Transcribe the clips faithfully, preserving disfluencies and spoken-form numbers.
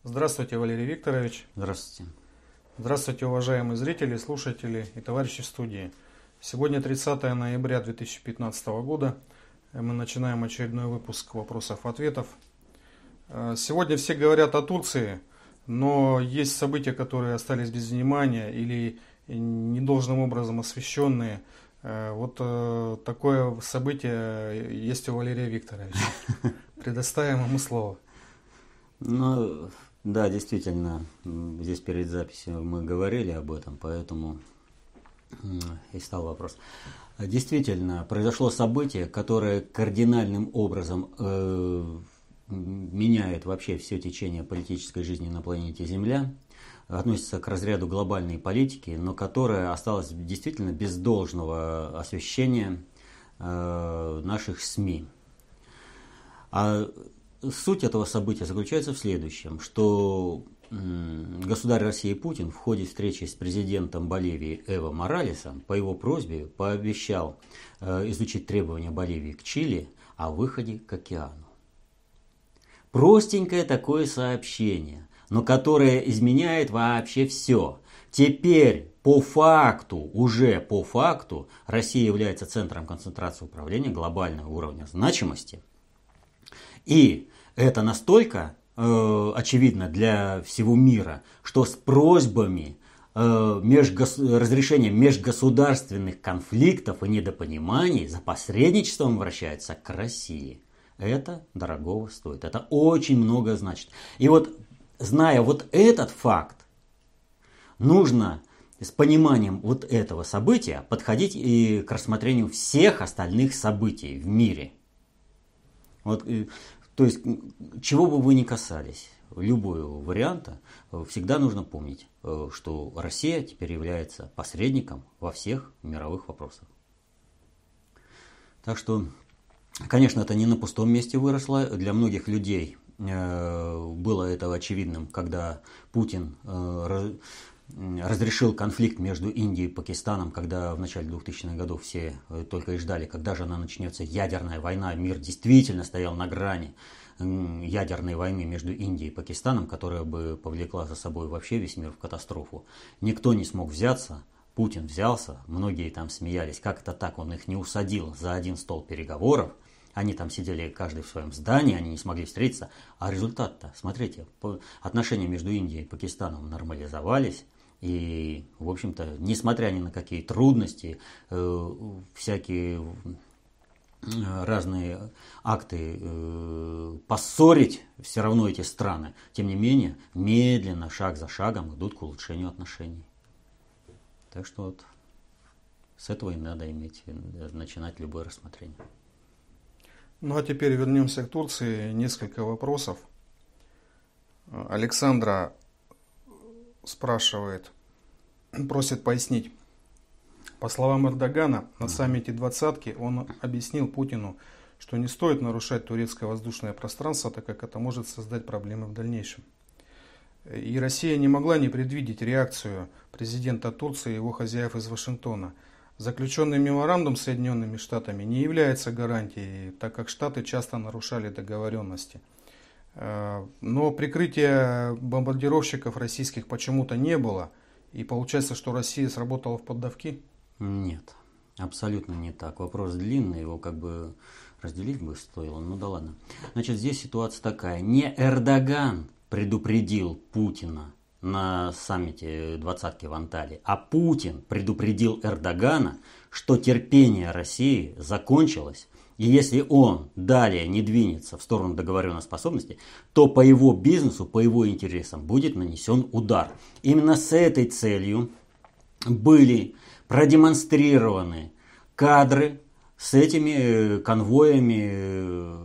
Здравствуйте, Валерий Викторович. Здравствуйте. Здравствуйте, уважаемые зрители, слушатели и товарищи в студии. Сегодня тридцатое ноября две тысячи пятнадцатого года. Мы начинаем очередной выпуск вопросов-ответов. Сегодня все говорят о Турции, но есть события, которые остались без внимания или недолжным образом освещенные. Вот такое событие есть у Валерия Викторовича. Предоставим ему слово. Ну, да, действительно, здесь перед записью мы говорили об этом, поэтому и стал вопрос. Действительно, произошло событие, которое кардинальным образом э, меняет вообще все течение политической жизни на планете Земля, относится к разряду глобальной политики, но которое осталось действительно без должного освещения э, наших СМИ. А суть этого события заключается в следующем, что государь России Путин в ходе встречи с президентом Боливии Эво Моралесом по его просьбе пообещал изучить требования Боливии к Чили о выходе к океану. Простенькое такое сообщение, но которое изменяет вообще все. Теперь по факту, уже по факту, Россия является центром концентрации управления глобального уровня значимости. И это настолько э, очевидно для всего мира, что с просьбами э, межгос... разрешения межгосударственных конфликтов и недопониманий за посредничеством обращается к России. Это дорогого стоит. Это очень много значит. И вот, зная вот этот факт, нужно с пониманием вот этого события подходить и к рассмотрению всех остальных событий в мире. Вот, то есть, чего бы вы ни касались, любого варианта, всегда нужно помнить, что Россия теперь является посредником во всех мировых вопросах. Так что, конечно, это не на пустом месте выросло. Для многих людей было это очевидным, когда Путин разрешил конфликт между Индией и Пакистаном, когда в начале двухтысячных годов все только и ждали, когда же она начнется ядерная война. Мир действительно стоял на грани ядерной войны между Индией и Пакистаном, которая бы повлекла за собой вообще весь мир в катастрофу. Никто не смог взяться, Путин взялся, многие там смеялись, как это так, он их не усадил за один стол переговоров. Они там сидели каждый в своем здании, они не смогли встретиться. А результат-то, смотрите, отношения между Индией и Пакистаном нормализовались. И, в общем-то, несмотря ни на какие трудности, э, всякие разные акты э, поссорить все равно эти страны, тем не менее, медленно, шаг за шагом идут к улучшению отношений. Так что вот с этого и надо иметь, начинать любое рассмотрение. Ну а теперь вернемся к Турции. Несколько вопросов. Александра спрашивает, просит пояснить. По словам Эрдогана, на саммите двадцатки он объяснил Путину, что не стоит нарушать турецкое воздушное пространство, так как это может создать проблемы в дальнейшем. И Россия не могла не предвидеть реакцию президента Турции и его хозяев из Вашингтона. Заключенный меморандум с Соединенными Штатами не является гарантией, так как Штаты часто нарушали договоренности. Но прикрытия бомбардировщиков российских почему-то не было. И получается, что Россия сработала в поддавки? Нет, абсолютно не так. Вопрос длинный, его как бы разделить бы стоило. Ну да ладно. Значит, здесь ситуация такая. Не Эрдоган предупредил Путина на саммите двадцатки в Анталии, а Путин предупредил Эрдогана, что терпение России закончилось. И если он далее не двинется в сторону договоренности, то по его бизнесу, по его интересам будет нанесен удар. Именно с этой целью были продемонстрированы кадры с этими конвоями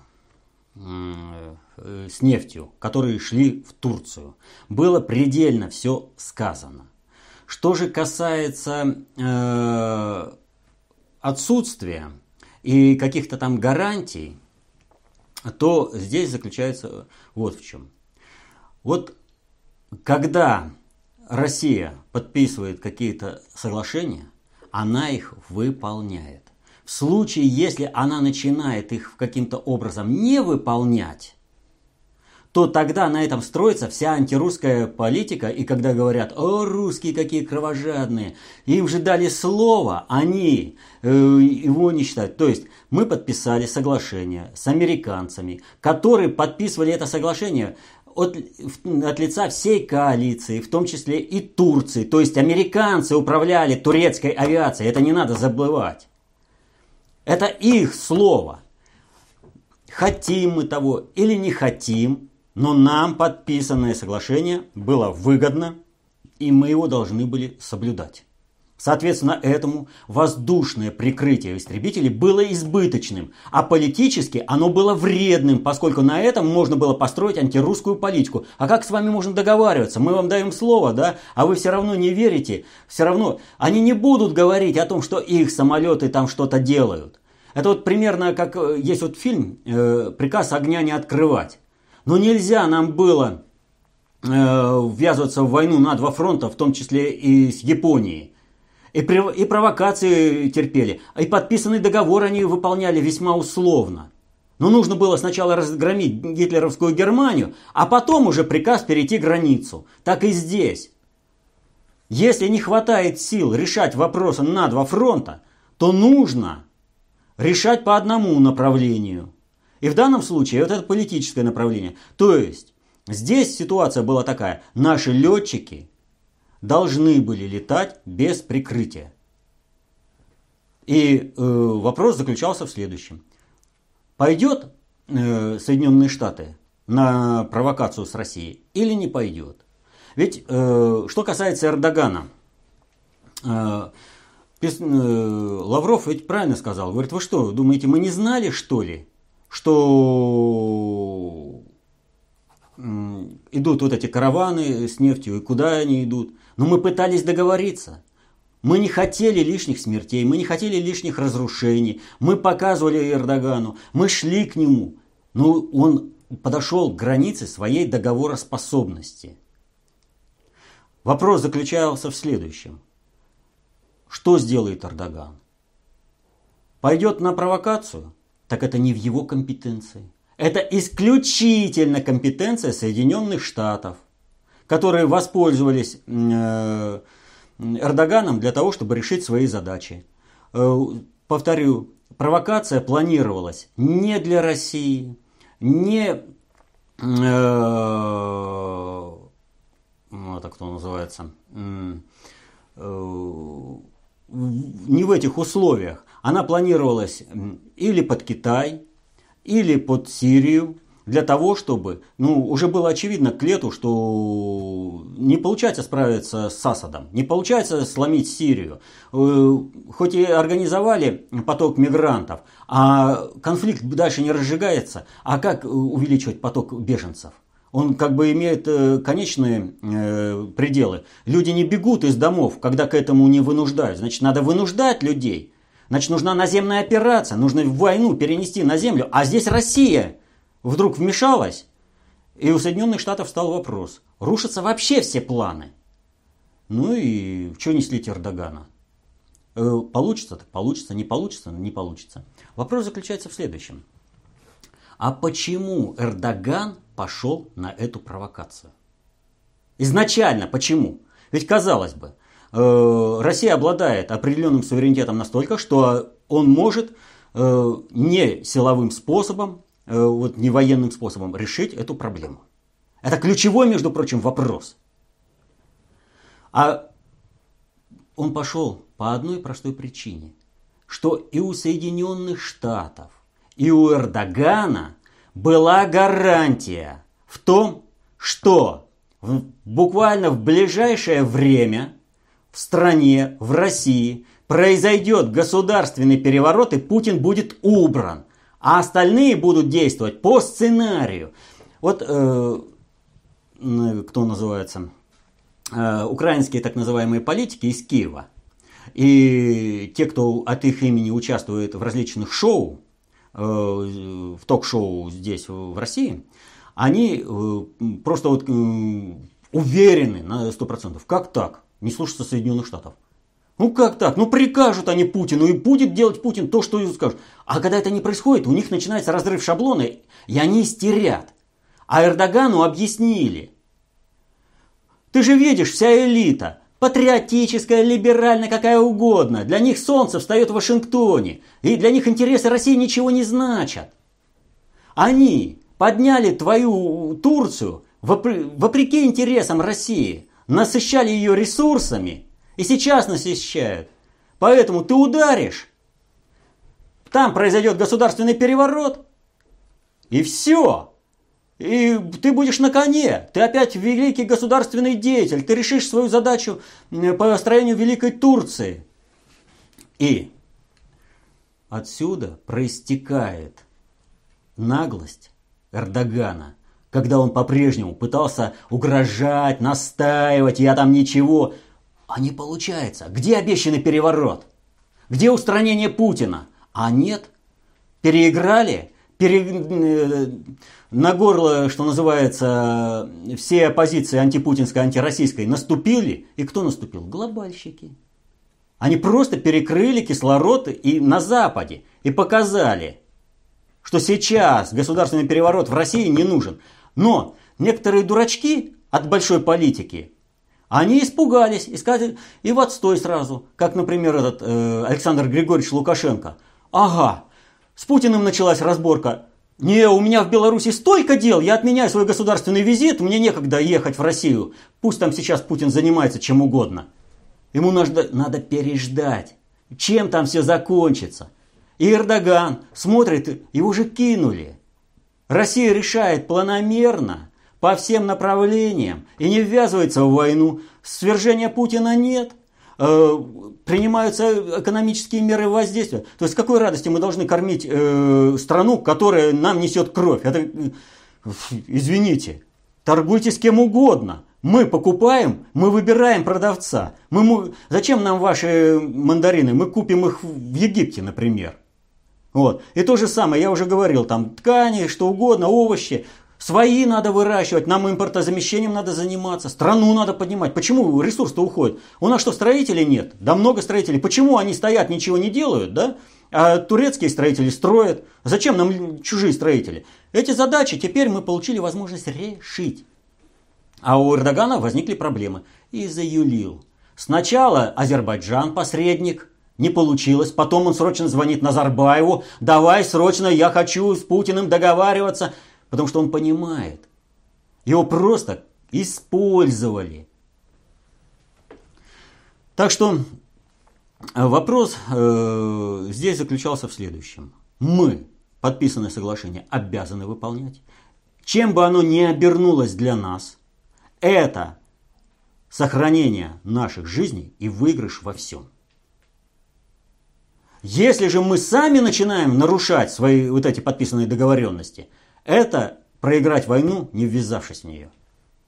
с нефтью, которые шли в Турцию. Было предельно все сказано. Что же касается э, отсутствия и каких-то там гарантий, то здесь заключается вот в чем. Вот когда Россия подписывает какие-то соглашения, она их выполняет. В случае, если она начинает их каким-то образом не выполнять, то тогда на этом строится вся антирусская политика. И когда говорят: о, русские какие кровожадные, им же дали слово, они э, его не считают. То есть мы подписали соглашение с американцами, которые подписывали это соглашение от, от лица всей коалиции, в том числе и Турции. То есть американцы управляли турецкой авиацией, это не надо забывать. Это их слово. Хотим мы того или не хотим, но нам подписанное соглашение было выгодно, и мы его должны были соблюдать. Соответственно, этому воздушное прикрытие истребителей было избыточным, а политически оно было вредным, поскольку на этом можно было построить антирусскую политику. А как с вами можно договариваться? Мы вам даем слово, да, а вы все равно не верите. Все равно они не будут говорить о том, что их самолеты там что-то делают. Это вот примерно как есть вот фильм э, «Приказ огня не открывать». Но нельзя нам было э, ввязываться в войну на два фронта, в том числе и с Японией. И, и провокации терпели, и подписанный договор они выполняли весьма условно. Но нужно было сначала разгромить гитлеровскую Германию, а потом уже приказ перейти границу. Так и здесь. Если не хватает сил решать вопросы на два фронта, то нужно решать по одному направлению. И в данном случае вот это политическое направление. То есть здесь ситуация была такая: наши летчики должны были летать без прикрытия. И э, вопрос заключался в следующем. Пойдет э, Соединенные Штаты на провокацию с Россией или не пойдет? Ведь э, что касается Эрдогана, э, э, Лавров ведь правильно сказал. Говорит: вы что, думаете, мы не знали, что ли, что э, идут вот эти караваны с нефтью и куда они идут? Но мы пытались договориться. Мы не хотели лишних смертей, мы не хотели лишних разрушений. Мы показывали Эрдогану, мы шли к нему. Но он подошел к границе своей договороспособности. Вопрос заключался в следующем. Что сделает Эрдоган? Пойдет на провокацию? Так это не в его компетенции. Это исключительно компетенция Соединенных Штатов, которые воспользовались э, Эрдоганом для того, чтобы решить свои задачи. Э, повторю, провокация планировалась не для России, не, э, ну, это кто называется, э, э, не в этих условиях. Она планировалась или под Китай, или под Сирию, для того, чтобы, ну, уже было очевидно к лету, что не получается справиться с Асадом, не получается сломить Сирию. Хоть и организовали поток мигрантов, а конфликт дальше не разжигается. А как увеличивать поток беженцев? Он как бы имеет конечные пределы. Люди не бегут из домов, когда к этому не вынуждают. Значит, надо вынуждать людей. Значит, нужна наземная операция, нужно войну перенести на землю. А здесь Россия вдруг вмешалась, и у Соединенных Штатов стал вопрос: рушатся вообще все планы. Ну и что не слить Эрдогана? Э, получится, так получится, не получится, не получится. Вопрос заключается в следующем. А почему Эрдоган пошел на эту провокацию? Изначально почему? Ведь казалось бы, э, Россия обладает определенным суверенитетом настолько, что он может э, не силовым способом, вот не военным способом решить эту проблему. Это ключевой, между прочим, вопрос. А он пошел по одной простой причине, что и у Соединенных Штатов, и у Эрдогана была гарантия в том, что в, буквально в ближайшее время в стране, в России, произойдет государственный переворот, и Путин будет убран. А остальные будут действовать по сценарию. Вот э, кто называется, э, украинские так называемые политики из Киева, и те, кто от их имени участвует в различных шоу, э, в ток-шоу здесь в России, они э, просто вот, э, уверены на сто процентов. Как так? Не слушаться Соединенных Штатов. Ну как так? Ну прикажут они Путину, и будет делать Путин то, что им скажут. А когда это не происходит, у них начинается разрыв шаблона, и они истерят. А Эрдогану объяснили. Ты же видишь, вся элита, патриотическая, либеральная, какая угодно, для них солнце встает в Вашингтоне, и для них интересы России ничего не значат. Они подняли твою Турцию вопреки интересам России, насыщали ее ресурсами и сейчас насыщают. Поэтому ты ударишь, там произойдет государственный переворот, и все. И ты будешь на коне, ты опять великий государственный деятель, ты решишь свою задачу по построению великой Турции. И отсюда проистекает наглость Эрдогана, когда он по-прежнему пытался угрожать, настаивать, я там ничего. А не получается. Где обещанный переворот? Где устранение Путина? А нет. Переиграли, пере... на горло, что называется, все оппозиции антипутинской, антироссийской наступили. И кто наступил? Глобальщики. Они просто перекрыли кислород и на Западе и показали, что сейчас государственный переворот в России не нужен. Но некоторые дурачки от большой политики, они испугались и сказали, и в отстой сразу, как, например, этот э, Александр Григорьевич Лукашенко. Ага, с Путиным началась разборка. Не, у меня в Беларуси столько дел, я отменяю свой государственный визит, мне некогда ехать в Россию. Пусть там сейчас Путин занимается чем угодно. Ему надо, надо переждать, чем там все закончится. И Эрдоган смотрит, его же кинули. Россия решает планомерно, по всем направлениям, и не ввязывается в войну. Свержения Путина нет. Э, принимаются экономические меры воздействия. То есть с какой радости мы должны кормить э, страну, которая нам несет кровь? Это, э, извините, торгуйте с кем угодно. Мы покупаем, мы выбираем продавца. Мы, зачем нам ваши мандарины? Мы купим их в Египте, например. Вот. И то же самое, я уже говорил, там ткани, что угодно, овощи. Свои надо выращивать, нам импортозамещением надо заниматься, страну надо поднимать. Почему ресурс-то уходит? У нас что, строителей нет? Да много строителей. Почему они стоят, ничего не делают, да? А турецкие строители строят. Зачем нам чужие строители? Эти задачи теперь мы получили возможность решить. А у Эрдогана возникли проблемы. И заюлил. Сначала Азербайджан посредник. Не получилось. Потом он срочно звонит Назарбаеву. Давай срочно, я хочу с Путиным договариваться. Потому что он понимает. Его просто использовали. Так что вопрос э, здесь заключался в следующем. Мы подписанное соглашение обязаны выполнять. Чем бы оно ни обернулось для нас, это сохранение наших жизней и выигрыш во всем. Если же мы сами начинаем нарушать свои вот эти подписанные договоренности, это проиграть войну, не ввязавшись в нее.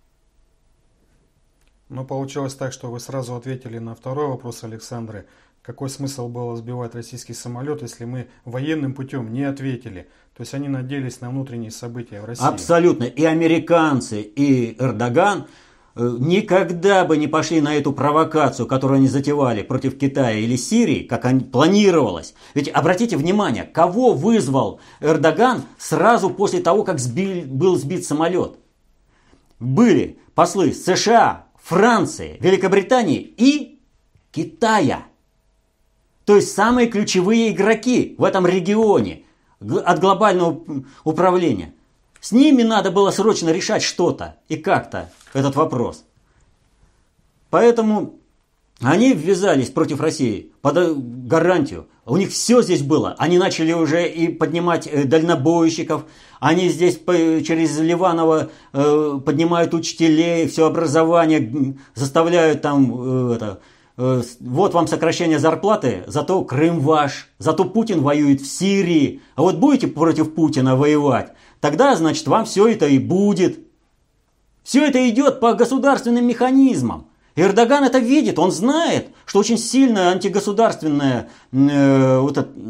Но получилось так, что вы сразу ответили на второй вопрос Александры. Какой смысл было сбивать российский самолет, если мы военным путем не ответили? То есть они надеялись на внутренние события в России. Абсолютно. И американцы, и Эрдоган никогда бы не пошли на эту провокацию, которую они затевали против Китая или Сирии, как они планировалось. Ведь обратите внимание, кого вызвал Эрдоган сразу после того, как сбил, был сбит самолет. Были послы США, Франции, Великобритании и Китая. То есть самые ключевые игроки в этом регионе от глобального управления. С ними надо было срочно решать что-то и как-то этот вопрос. Поэтому они ввязались против России под гарантию. У них все здесь было. Они начали уже и поднимать дальнобойщиков. Они здесь через Ливаново поднимают учителей, все образование, заставляют там... Это, вот вам сокращение зарплаты, зато Крым ваш, зато Путин воюет в Сирии. А вот будете против Путина воевать, тогда, значит, вам все это и будет. Все это идет по государственным механизмам. Эрдоган это видит, он знает, что очень сильная антигосударственная э, вот эта,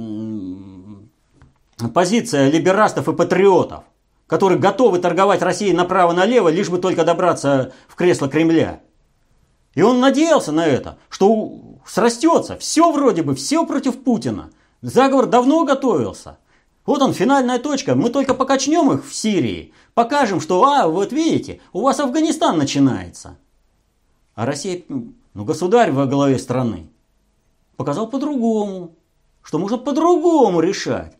э, позиция либерастов и патриотов, которые готовы торговать Россией направо-налево, лишь бы только добраться в кресло Кремля. И он надеялся на это, что срастется. Все вроде бы, все против Путина. Заговор давно готовился. Вот он, финальная точка. Мы только покачнем их в Сирии. Покажем, что, а, вот видите, у вас Афганистан начинается. А Россия, ну, государь во главе страны, показал по-другому. Что можно по-другому решать.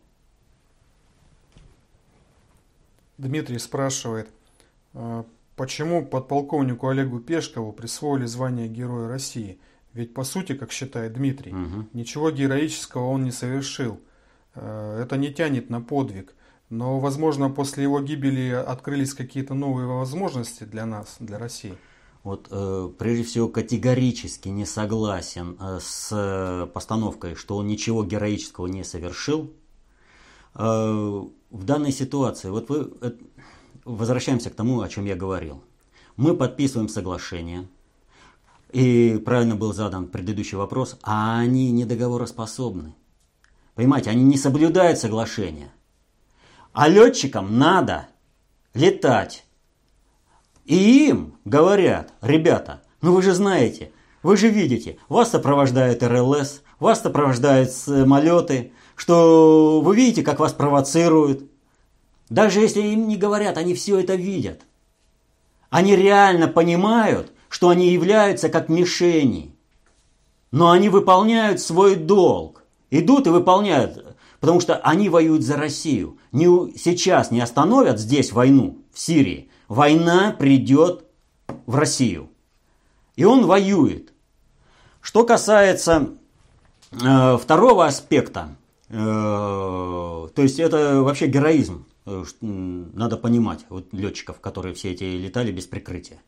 Дмитрий спрашивает, почему подполковнику Олегу Пешкову присвоили звание Героя России? Ведь по сути, как считает Дмитрий, угу. ничего героического он не совершил. Это не тянет на подвиг. Но, возможно, после его гибели открылись какие-то новые возможности для нас, для России. Вот, э, прежде всего, категорически не согласен э, с постановкой, что он ничего героического не совершил. Э, в данной ситуации, вот вы, э, возвращаемся к тому, о чем я говорил. Мы подписываем соглашение, и правильно был задан предыдущий вопрос, а они не договороспособны. Понимаете, они не соблюдают соглашение. А летчикам надо летать. И им говорят, ребята, ну вы же знаете, вы же видите, вас сопровождает эр эл эс, вас сопровождают самолеты, что вы видите, как вас провоцируют. Даже если им не говорят, они все это видят. Они реально понимают, что они являются как мишени. Но они выполняют свой долг. Идут и выполняют, потому что они воюют за Россию. Не, сейчас не остановят здесь войну, в Сирии. Война придет в Россию. И он воюет. Что касается э, второго аспекта, э, то есть это вообще героизм, э, надо понимать, вот летчиков, которые все эти летали без прикрытия.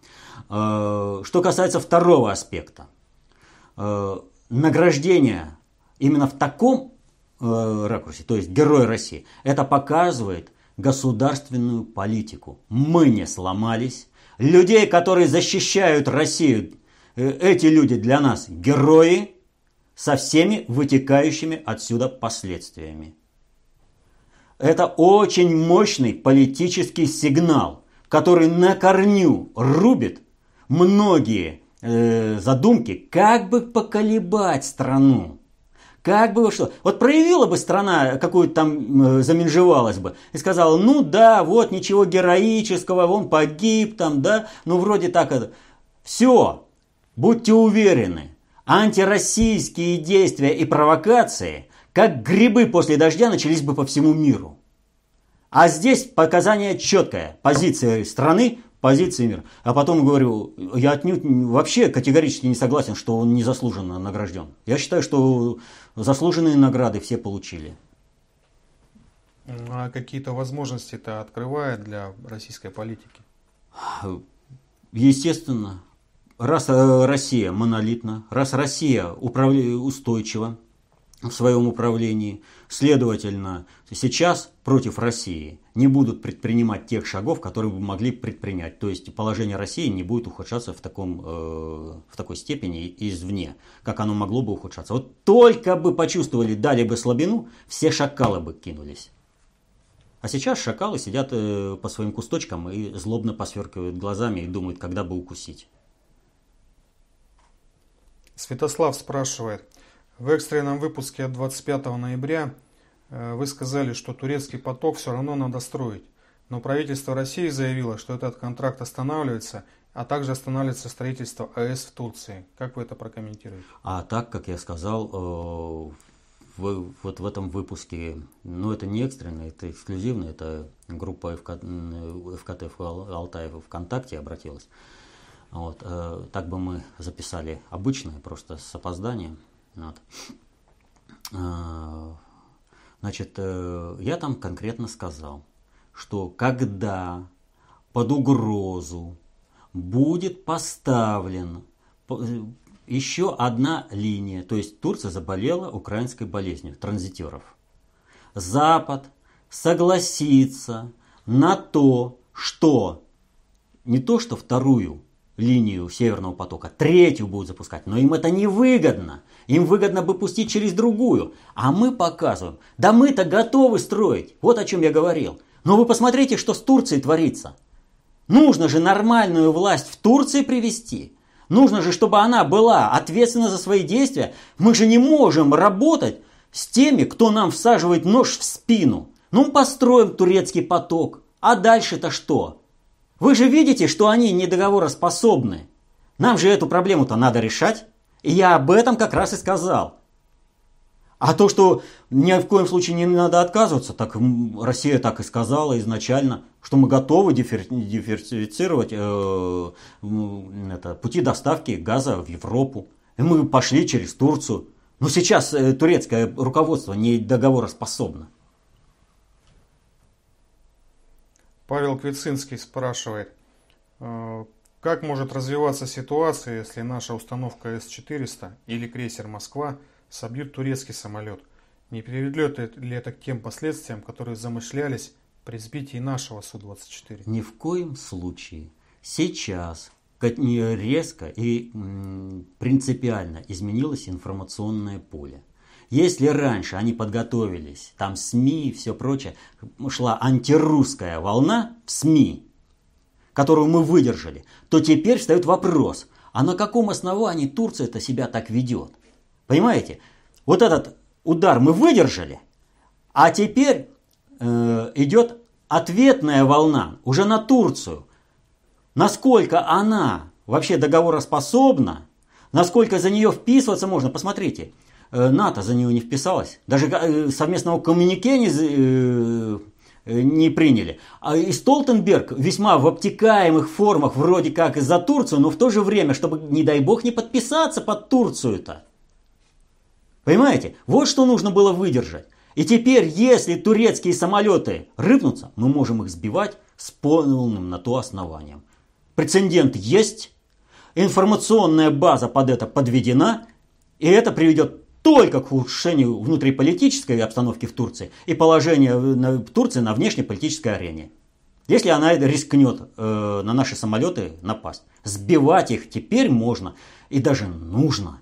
Э, что касается второго аспекта, э, награждение именно в таком э, ракурсе, то есть Герой России, это показывает государственную политику. Мы не сломались. Людей, которые защищают Россию, эти люди для нас герои со всеми вытекающими отсюда последствиями. Это очень мощный политический сигнал, который на корню рубит многие э, задумки, как бы поколебать страну. Как бы что? Вот проявила бы страна, какую-то там э, заменжевалась бы, и сказала, ну да, вот ничего героического, он погиб там, да, ну вроде так это. Все, будьте уверены, антироссийские действия и провокации, как грибы после дождя, начались бы по всему миру. А здесь показание четкое, позиция страны, позиции мира. А потом говорю, я отнюдь вообще категорически не согласен, что он незаслуженно награжден. Я считаю, что заслуженные награды все получили. А какие-то возможности это открывает для российской политики? Естественно. Раз Россия монолитна, раз Россия управля... устойчива в своем управлении, следовательно, сейчас против России не будут предпринимать тех шагов, которые бы могли предпринять. То есть положение России не будет ухудшаться в, таком, э, в такой степени извне, как оно могло бы ухудшаться. Вот только бы почувствовали, дали бы слабину, все шакалы бы кинулись. А сейчас шакалы сидят э, по своим кусточкам и злобно посверкивают глазами и думают, когда бы укусить. Святослав спрашивает. В экстренном выпуске от двадцать пятого ноября вы сказали, что турецкий поток все равно надо строить. Но правительство России заявило, что этот контракт останавливается, а также останавливается строительство АЭС в Турции. Как вы это прокомментируете? А так, как я сказал, в, вот в этом выпуске, ну это не экстренный, это эксклюзивный, это группа эф ка тэ Алтай ВКонтакте обратилась. Вот, так бы мы записали обычное, просто с опозданием. Вот. Значит, я там конкретно сказал, что когда под угрозу будет поставлен еще одна линия, то есть Турция заболела украинской болезнью транзитеров, Запад согласится на то, что не то, что вторую линию Северного потока, третью будут запускать, но им это не выгодно. Им выгодно бы пустить через другую. А мы показываем, да мы-то готовы строить. Вот о чем я говорил. Но вы посмотрите, что с Турцией творится. Нужно же нормальную власть в Турции привести. Нужно же, чтобы она была ответственна за свои действия. Мы же не можем работать с теми, кто нам всаживает нож в спину. Ну, построим турецкий поток. А дальше-то что? Вы же видите, что они недоговороспособны. Нам же эту проблему-то надо решать. И я об этом как раз и сказал. А то, что ни в коем случае не надо отказываться, так Россия так и сказала изначально, что мы готовы дифер, диверсифицировать э, это, пути доставки газа в Европу. И мы пошли через Турцию. Но сейчас э, турецкое руководство не договороспособно. Павел Квицинский спрашивает, э, как может развиваться ситуация, если наша установка эс четыреста или крейсер «Москва» собьют турецкий самолет? Не приведет ли это к тем последствиям, которые замышлялись при сбитии нашего Су двадцать четыре? Ни в коем случае. Сейчас резко и принципиально изменилось информационное поле. Если раньше они подготовились, там СМИ и все прочее, шла антирусская волна в СМИ, которую мы выдержали, то теперь встает вопрос, а на каком основании Турция-то себя так ведет? Понимаете? Вот этот удар мы выдержали, а теперь э, идет ответная волна уже на Турцию. Насколько она вообще договороспособна, насколько за нее вписываться можно, посмотрите. НАТО за нее не вписалось, даже совместного коммюнике не, э, не приняли. А и Столтенберг весьма в обтекаемых формах вроде как за Турцию, но в то же время, чтобы, не дай бог, не подписаться под Турцию-то. Понимаете? Вот что нужно было выдержать. И теперь, если турецкие самолеты рыпнутся, мы можем их сбивать с полным на то основанием. Прецедент есть, информационная база под это подведена, и это приведет только к ухудшению внутриполитической обстановки в Турции и положения в Турции на внешнеполитической арене. Если она рискнет э, на наши самолеты напасть, сбивать их теперь можно и даже нужно.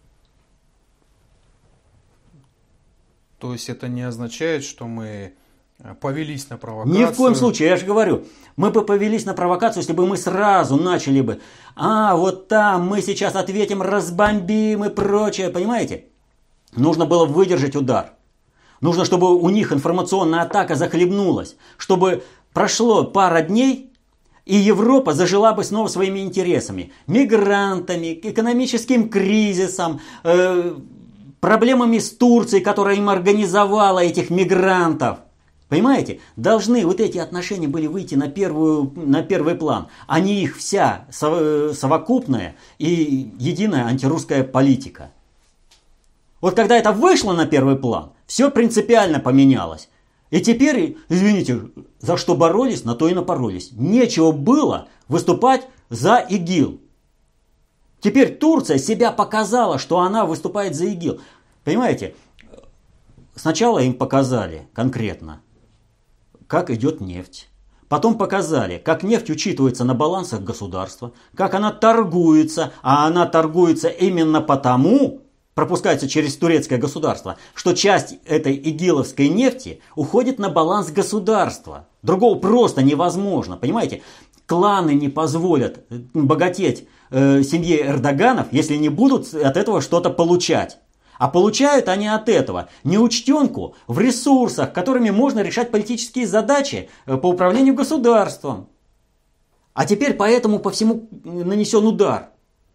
То есть это не означает, что мы повелись на провокацию? Ни в коем случае, я же говорю, мы бы повелись на провокацию, если бы мы сразу начали бы, а вот там мы сейчас ответим, разбомбим и прочее, понимаете? Нужно было выдержать удар. Нужно, чтобы у них информационная атака захлебнулась. Чтобы прошло пара дней, и Европа зажила бы снова своими интересами. Мигрантами, экономическим кризисом, э, проблемами с Турцией, которая им организовала этих мигрантов. Понимаете? Должны вот эти отношения были выйти на, первую, на первый план. А не их вся совокупная и единая антирусская политика. Вот когда это вышло на первый план, все принципиально поменялось. И теперь, извините, за что боролись, на то и напоролись. Нечего было выступать за ИГИЛ. Теперь Турция себя показала, что она выступает за ИГИЛ. Понимаете, сначала им показали конкретно, как идет нефть. Потом показали, как нефть учитывается на балансах государства, как она торгуется, а она торгуется именно потому, пропускается через турецкое государство, что часть этой игиловской нефти уходит на баланс государства. Другого просто невозможно, понимаете? Кланы не позволят богатеть э, семье Эрдоганов, если не будут от этого что-то получать. А получают они от этого неучтенку в ресурсах, которыми можно решать политические задачи по управлению государством. А теперь поэтому по всему нанесен удар.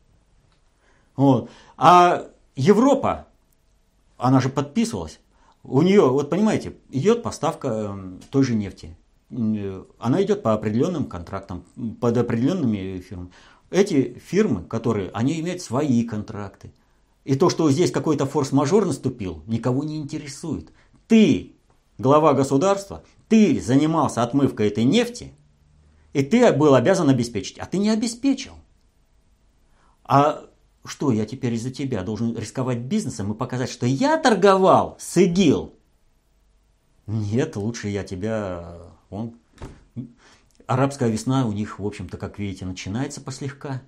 Вот. А Европа, она же подписывалась. У нее, вот понимаете, идет поставка той же нефти. Она идет по определенным контрактам, под определенными фирмами. Эти фирмы, которые, они имеют свои контракты. И то, что здесь какой-то форс-мажор наступил, никого не интересует. Ты, глава государства, ты занимался отмывкой этой нефти, и ты был обязан обеспечить, а ты не обеспечил. А что, я теперь из-за тебя должен рисковать бизнесом и показать, что я торговал с ИГИЛ? Нет, лучше я тебя... Он... Арабская весна у них, в общем-то, как видите, начинается послегка.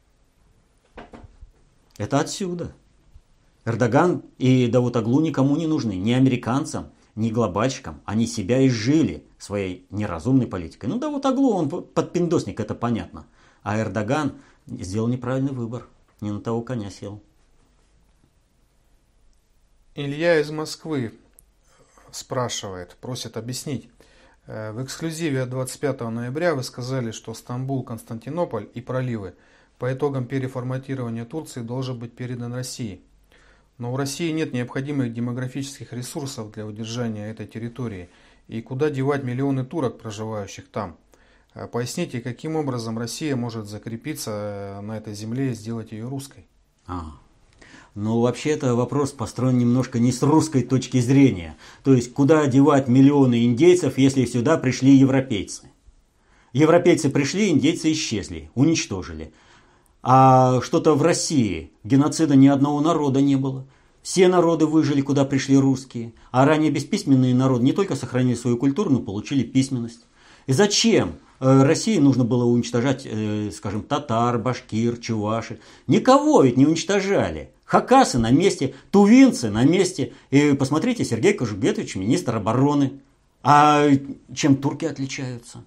Это отсюда. Эрдоган и Давутоглу никому не нужны, ни американцам, ни глобальщикам. Они себя изжили своей неразумной политикой. Ну, Давутоглу, он подпиндосник, это понятно. А Эрдоган сделал неправильный выбор. Не на того коня сел. Илья из Москвы спрашивает, просит объяснить. В эксклюзиве от двадцать пятого ноября вы сказали, что Стамбул, Константинополь и проливы по итогам переформатирования Турции должен быть передан России. Но у России нет необходимых демографических ресурсов для удержания этой территории. И куда девать миллионы турок, проживающих там? Поясните, каким образом Россия может закрепиться на этой земле и сделать ее русской? А. Но вообще это вопрос построен немножко не с русской точки зрения. То есть, куда девать миллионы индейцев, если сюда пришли европейцы? Европейцы пришли, индейцы исчезли, уничтожили. А что-то в России геноцида ни одного народа не было. Все народы выжили, куда пришли русские. А ранее бесписьменные народы не только сохранили свою культуру, но получили письменность. И зачем России нужно было уничтожать, скажем, татар, башкир, чуваши? Никого ведь не уничтожали. Хакасы на месте, тувинцы на месте. И посмотрите, Сергей Кожугетович, министр обороны. А чем турки отличаются?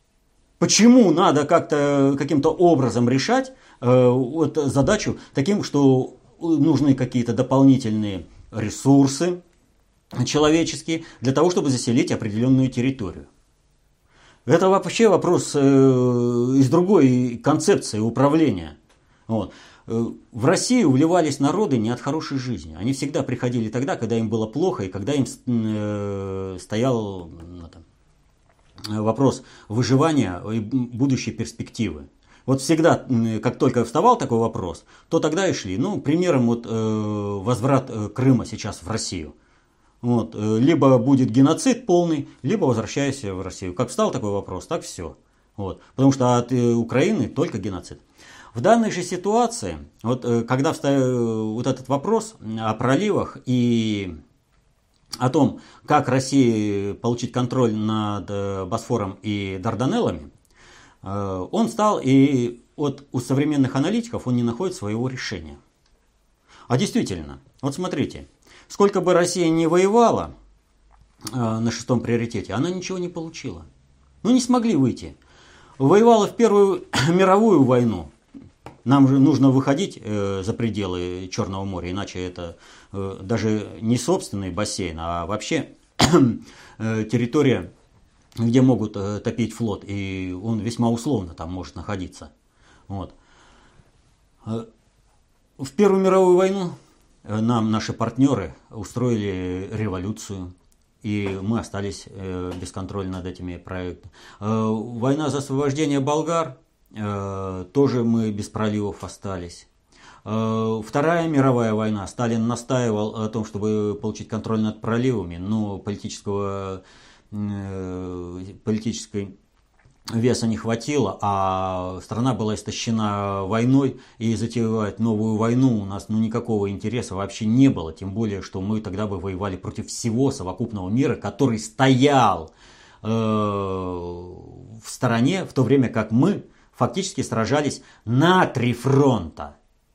Почему надо как-то каким-то образом решать э, вот, задачу таким, что нужны какие-то дополнительные ресурсы человеческие для того, чтобы заселить определенную территорию? Это вообще вопрос э, из другой концепции управления. Вот. В Россию вливались народы не от хорошей жизни. Они всегда приходили тогда, когда им было плохо, и когда им э, стоял ну, там, вопрос выживания и будущей перспективы. Вот всегда, как только вставал такой вопрос, то тогда и шли. Ну, примером вот, э, возврат Крыма сейчас в Россию. Вот, либо будет геноцид полный, либо возвращайся в Россию. Как встал такой вопрос, так все. Вот. Потому что от Украины только геноцид. В данной же ситуации, вот, когда встал вот этот вопрос о проливах и о том, как России получить контроль над Босфором и Дарданеллами, он стал, и вот у современных аналитиков он не находит своего решения. А действительно, вот смотрите, сколько бы Россия ни воевала на шестом приоритете, она ничего не получила. Ну не смогли выйти. Воевала в Первую мировую войну. Нам же нужно выходить э, за пределы Черного моря, иначе это э, даже не собственный бассейн, а вообще э, территория, где могут э, топить флот, и он весьма условно там может находиться. Вот. В Первую мировую войну нам наши партнеры устроили революцию, и мы остались э, без контроля над этими проектами. Э, война за освобождение болгар. Тоже мы без проливов остались. Вторая мировая война. Сталин настаивал о том, чтобы получить контроль над проливами, но политического, политической веса не хватило, а страна была истощена войной, и затевать новую войну у нас ну, никакого интереса вообще не было. Тем более, что мы тогда бы воевали против всего совокупного мира, который стоял э, в стороне, в то время как мы фактически сражались на три фронта.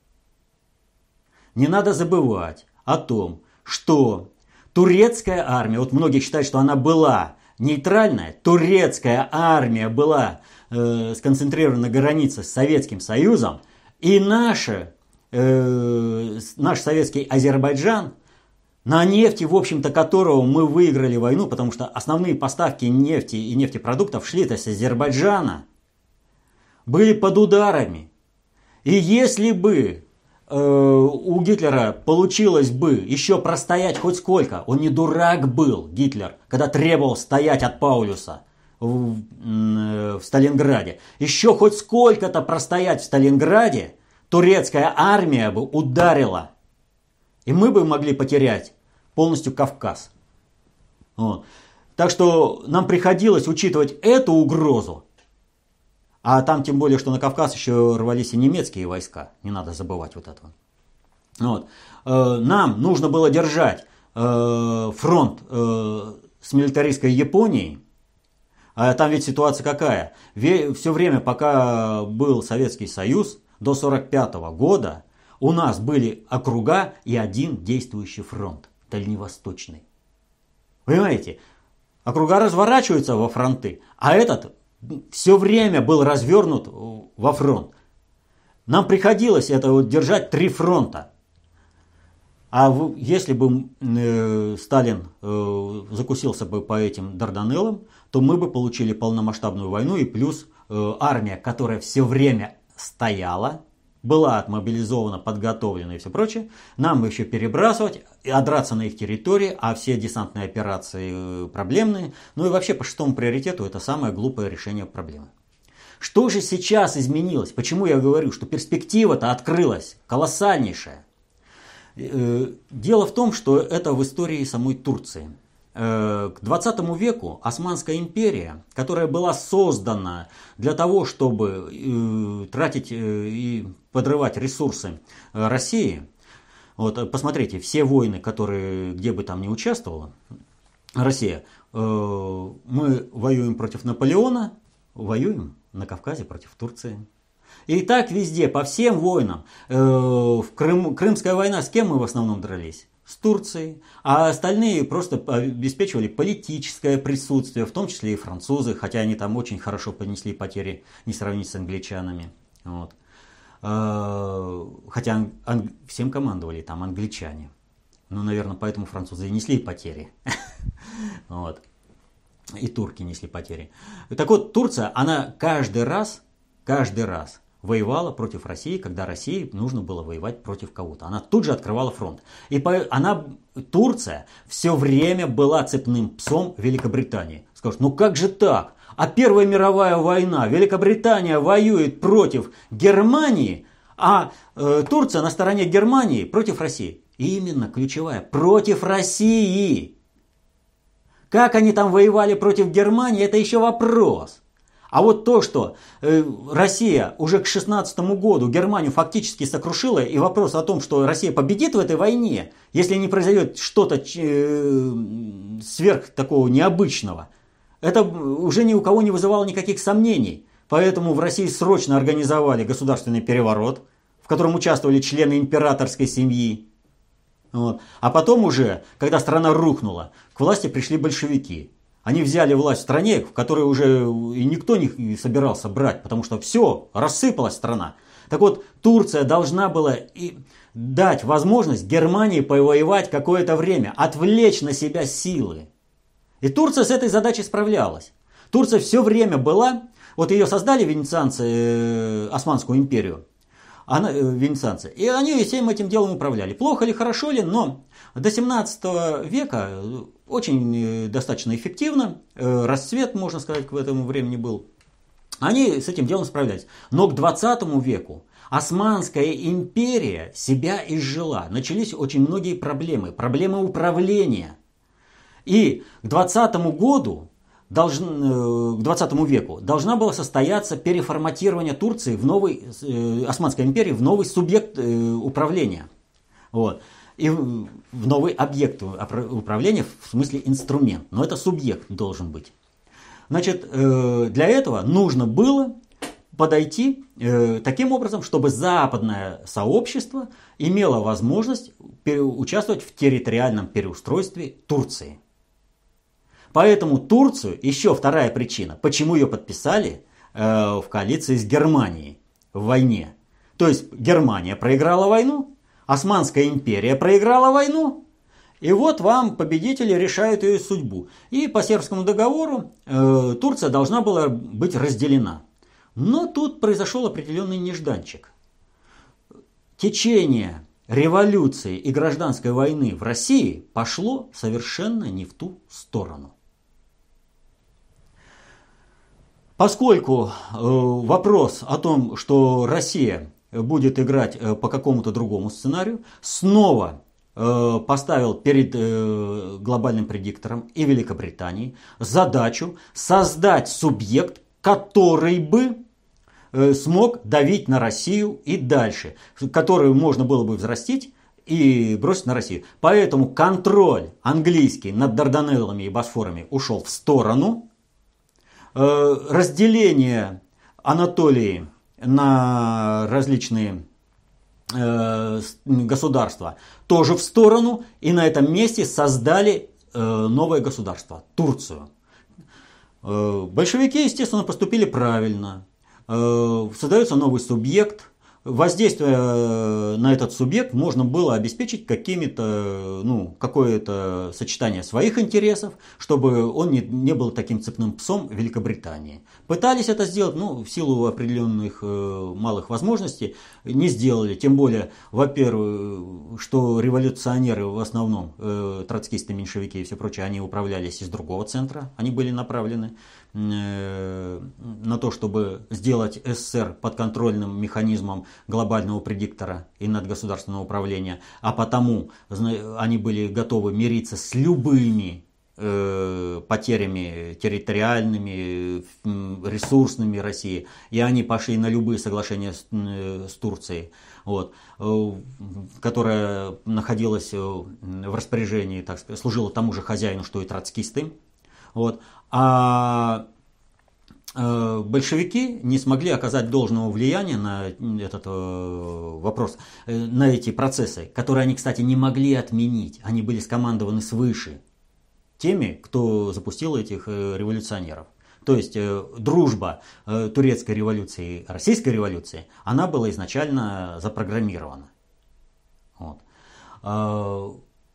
Не надо забывать о том, что турецкая армия, вот многие считают, что она была нейтральная, турецкая армия была э, сконцентрирована на границе с Советским Союзом, и наша, э, наш советский Азербайджан, на нефти, в общем-то, которого мы выиграли войну, потому что основные поставки нефти и нефтепродуктов шли-то с Азербайджана, были под ударами. И если бы э, у Гитлера получилось бы еще простоять хоть сколько, он не дурак был, Гитлер, когда требовал стоять от Паулюса в, э, в Сталинграде, еще хоть сколько-то простоять в Сталинграде, турецкая армия бы ударила, и мы бы могли потерять полностью Кавказ. Вот. Так что нам приходилось учитывать эту угрозу. А там тем более, что на Кавказ еще рвались и немецкие войска. Не надо забывать вот этого. Вот. Нам нужно было держать фронт с милитаристской Японией. А там ведь ситуация какая? Все время, пока был Советский Союз, до сорок пятого года, у нас были округа и один действующий фронт. Дальневосточный. Понимаете? Округа разворачиваются во фронты, а этот все время был развернут во фронт. Нам приходилось это вот держать три фронта. А в, если бы э, Сталин э, закусился бы по этим Дарданеллам, то мы бы получили полномасштабную войну и плюс э, армия, которая все время стояла, была отмобилизована, подготовлена и все прочее, нам еще перебрасывать, а драться на их территории, а все десантные операции проблемные. Ну и вообще по шестому приоритету это самое глупое решение проблемы. Что же сейчас изменилось? Почему я говорю, что перспектива-то открылась колоссальнейшая? Дело в том, что это в истории самой Турции. К двадцатому веку Османская империя, которая была создана для того, чтобы тратить и подрывать ресурсы России, вот, посмотрите, все войны, которые, где бы там ни участвовала Россия, мы воюем против Наполеона, воюем на Кавказе против Турции. И так везде, по всем войнам. В Крым, Крымская война, с кем мы в основном дрались? С Турцией, а остальные просто обеспечивали политическое присутствие, в том числе и французы, хотя они там очень хорошо понесли потери, не сравнить с англичанами. Вот. Хотя анг... всем командовали там англичане. Ну, наверное, поэтому французы и несли потери. Вот. И турки несли потери. Так вот, Турция, она каждый раз, каждый раз воевала против России, когда России нужно было воевать против кого-то. Она тут же открывала фронт. И по, она, Турция все время была цепным псом Великобритании. Скажут, ну как же так? А Первая мировая война, Великобритания воюет против Германии, а э, Турция на стороне Германии против России. И именно ключевая, против России. Как они там воевали против Германии, это еще вопрос. А вот то, что э, Россия уже к шестнадцатому году Германию фактически сокрушила, и вопрос о том, что Россия победит в этой войне, если не произойдет что-то э, сверх такого необычного, это уже ни у кого не вызывало никаких сомнений. Поэтому в России срочно организовали государственный переворот, в котором участвовали члены императорской семьи. Вот. А потом уже, когда страна рухнула, к власти пришли большевики. Они взяли власть в стране, в которой уже и никто не собирался брать, потому что все, рассыпалась страна. Так вот, Турция должна была и дать возможность Германии повоевать какое-то время, отвлечь на себя силы. И Турция с этой задачей справлялась. Турция все время была, вот ее создали венецианцы, э, Османскую империю, она, э, венецианцы, и они всем этим делом управляли. Плохо ли, хорошо ли, но до семнадцатого века очень достаточно эффективно, э, расцвет, можно сказать, к этому времени был. Они с этим делом справлялись. Но к двадцатому веку Османская империя себя изжила. Начались очень многие проблемы, проблемы управления. И к двадцатому году, должен, к двадцатому веку должна была состояться переформатирование Турции в новый, Османской империи в новый субъект управления. Вот. И в новый объект управления, в смысле инструмент. Но это субъект должен быть. Значит, для этого нужно было подойти таким образом, чтобы западное сообщество имело возможность участвовать в территориальном переустройстве Турции. Поэтому Турцию, еще вторая причина, почему ее подписали э, в коалиции с Германией в войне. То есть Германия проиграла войну, Османская империя проиграла войну, и вот вам победители решают ее судьбу. И по Сербскому договору э, Турция должна была быть разделена. Но тут произошел определенный нежданчик. Течение революции и гражданской войны в России пошло совершенно не в ту сторону. Поскольку э, вопрос о том, что Россия будет играть э, по какому-то другому сценарию, снова э, поставил перед э, глобальным предиктором и Великобританией задачу создать субъект, который бы э, смог давить на Россию и дальше, которую можно было бы взрастить и бросить на Россию. Поэтому контроль английский над Дарданеллами и Босфорами ушел в сторону. Разделение Анатолии на различные э, государства тоже в сторону. И на этом месте создали э, новое государство, Турцию. Э, большевики, естественно, поступили правильно. Э, создается новый субъект. воздействие на этот субъект можно было обеспечить какими-то, ну, какое-то сочетание своих интересов, чтобы он не, не был таким цепным псом Великобритании. Пытались это сделать, но в силу определенных э, малых возможностей не сделали. Тем более, во-первых, что революционеры в основном, э, троцкисты, меньшевики и все прочее, они управлялись из другого центра, они были направлены на то, чтобы сделать СССР подконтрольным механизмом глобального предиктора и надгосударственного управления, а потому они были готовы мириться с любыми э, потерями территориальными, ресурсными России, и они пошли на любые соглашения с, с Турцией, вот, э, которая находилась в распоряжении, так сказать, служила тому же хозяину, что и троцкисты. Вот. А э, большевики не смогли оказать должного влияния на этот э, вопрос, э, на эти процессы, которые они, кстати, не могли отменить. Они были скомандованы свыше теми, кто запустил этих э, революционеров. То есть э, дружба э, турецкой революции и российской революции, она была изначально запрограммирована. Вот. Э,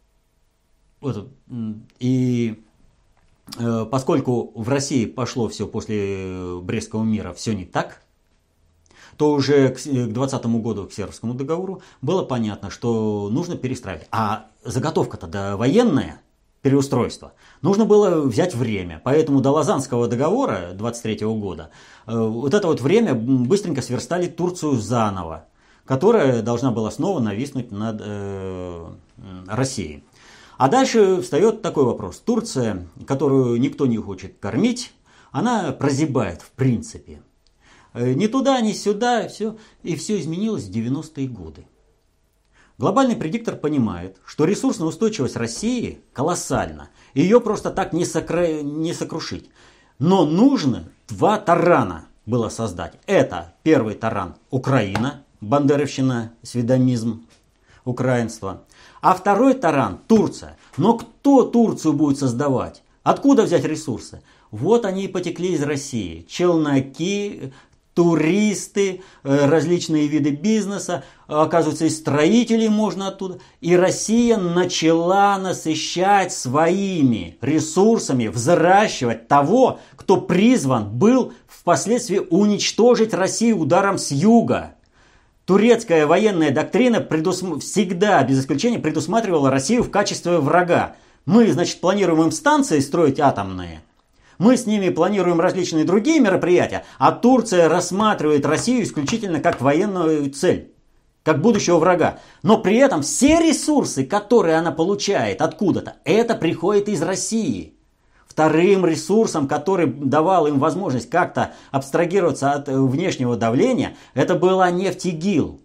вот, и поскольку в России пошло все после Брестского мира все не так, то уже к двадцатому году, к Севрскому договору, было понятно, что нужно перестраивать. А заготовка-то военная, переустройство, нужно было взять время. Поэтому до Лозаннского договора двадцать третьего года вот это вот время быстренько сверстали Турцию заново, которая должна была снова нависнуть над э, Россией. А дальше встает такой вопрос. Турция, которую никто не хочет кормить, она прозябает в принципе. Ни туда, ни сюда, все, и все изменилось в девяностые годы. Глобальный предиктор понимает, что ресурсная устойчивость России колоссальна. Ее просто так не, сокра... не сокрушить. Но нужно два тарана было создать. Это первый таран – Украина, бандеровщина, сведомизм, украинство. А второй таран – Турция. Но кто Турцию будет создавать? Откуда взять ресурсы? Вот они и потекли из России. Челноки, туристы, различные виды бизнеса. Оказывается, и строителей можно оттуда. И Россия начала насыщать своими ресурсами, взращивать того, кто призван был впоследствии уничтожить Россию ударом с юга. Турецкая военная доктрина предусм... всегда, без исключения, предусматривала Россию в качестве врага. Мы, значит, планируем им станции строить атомные. Мы с ними планируем различные другие мероприятия, а Турция рассматривает Россию исключительно как военную цель, как будущего врага. Но при этом все ресурсы, которые она получает откуда-то, это приходит из России. Вторым ресурсом, который давал им возможность как-то абстрагироваться от внешнего давления, это была нефть ИГИЛ.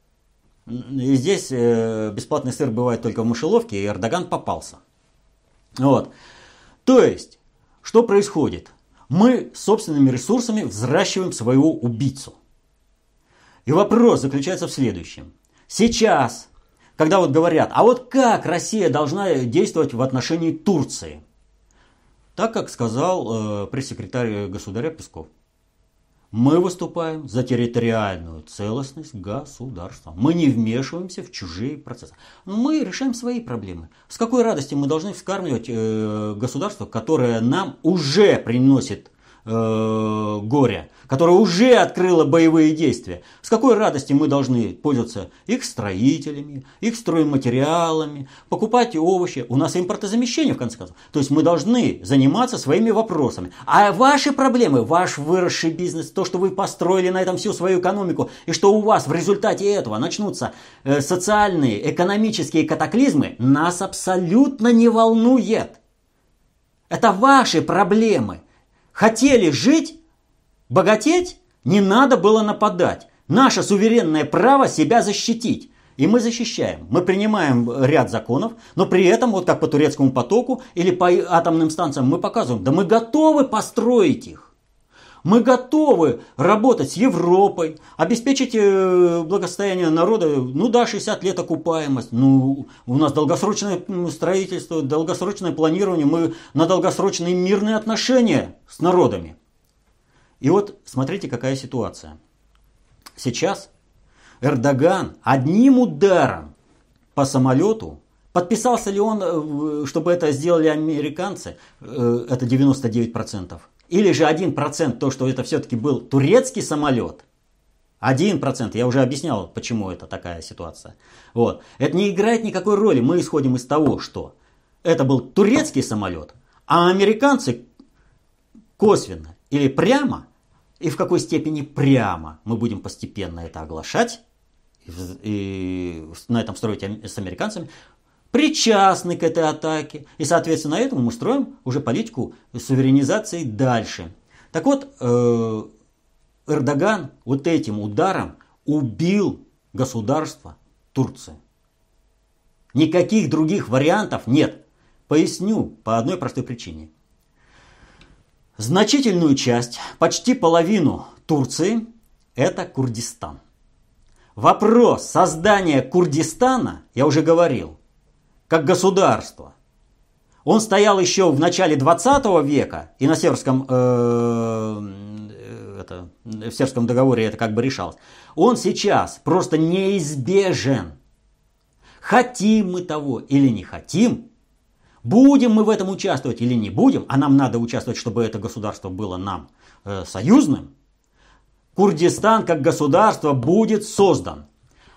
И здесь бесплатный сыр бывает только в мышеловке, и Эрдоган попался. Вот. То есть, что происходит? Мы собственными ресурсами взращиваем своего убийцу. И вопрос заключается в следующем. Сейчас, когда вот говорят, а вот как Россия должна действовать в отношении Турции? Так как сказал э, пресс-секретарь государя Песков, мы выступаем за территориальную целостность государства. Мы не вмешиваемся в чужие процессы. Мы решаем свои проблемы. С какой радостью мы должны вскармливать э, государство, которое нам уже приносит э, горе, которое уже открыло боевые действия? С какой радостью мы должны пользоваться их строителями, их стройматериалами, покупать овощи? У нас импортозамещение, в конце концов. То есть мы должны заниматься своими вопросами. А ваши проблемы, ваш выросший бизнес, то, что вы построили на этом всю свою экономику, и что у вас в результате этого начнутся э, социальные, экономические катаклизмы, нас абсолютно не волнует. Это ваши проблемы. Хотели жить, богатеть, не надо было нападать. Наше суверенное право себя защитить. И мы защищаем. Мы принимаем ряд законов, но при этом, вот как по турецкому потоку или по атомным станциям, мы показываем, да мы готовы построить их. Мы готовы работать с Европой, обеспечить благосостояние народа, ну да, шестьдесят лет окупаемость, ну у нас долгосрочное строительство, долгосрочное планирование, мы на долгосрочные мирные отношения с народами. И вот смотрите, какая ситуация. Сейчас Эрдоган одним ударом по самолету, подписался ли он, чтобы это сделали американцы, это девяносто девять процентов. Или же один процент то, что это все-таки был турецкий самолет. один процент, я уже объяснял, почему это такая ситуация. Вот. Это не играет никакой роли. Мы исходим из того, что это был турецкий самолет, а американцы косвенно или прямо, и в какой степени прямо, мы будем постепенно это оглашать, и на этом строить с американцами, причастны к этой атаке. И, соответственно, этому мы строим уже политику суверенизации дальше. Так вот, Эрдоган вот этим ударом убил государство Турции. Никаких других вариантов нет. Поясню по одной простой причине. Значительную часть, почти половину Турции, это Курдистан. Вопрос создания Курдистана, я уже говорил, как государство, он стоял еще в начале двадцатого века, и на Северском, э, это, в Северском договоре это как бы решалось. Он сейчас просто неизбежен. Хотим мы того или не хотим, будем мы в этом участвовать или не будем, а нам надо участвовать, чтобы это государство было нам э, союзным, Курдистан как государство будет создан.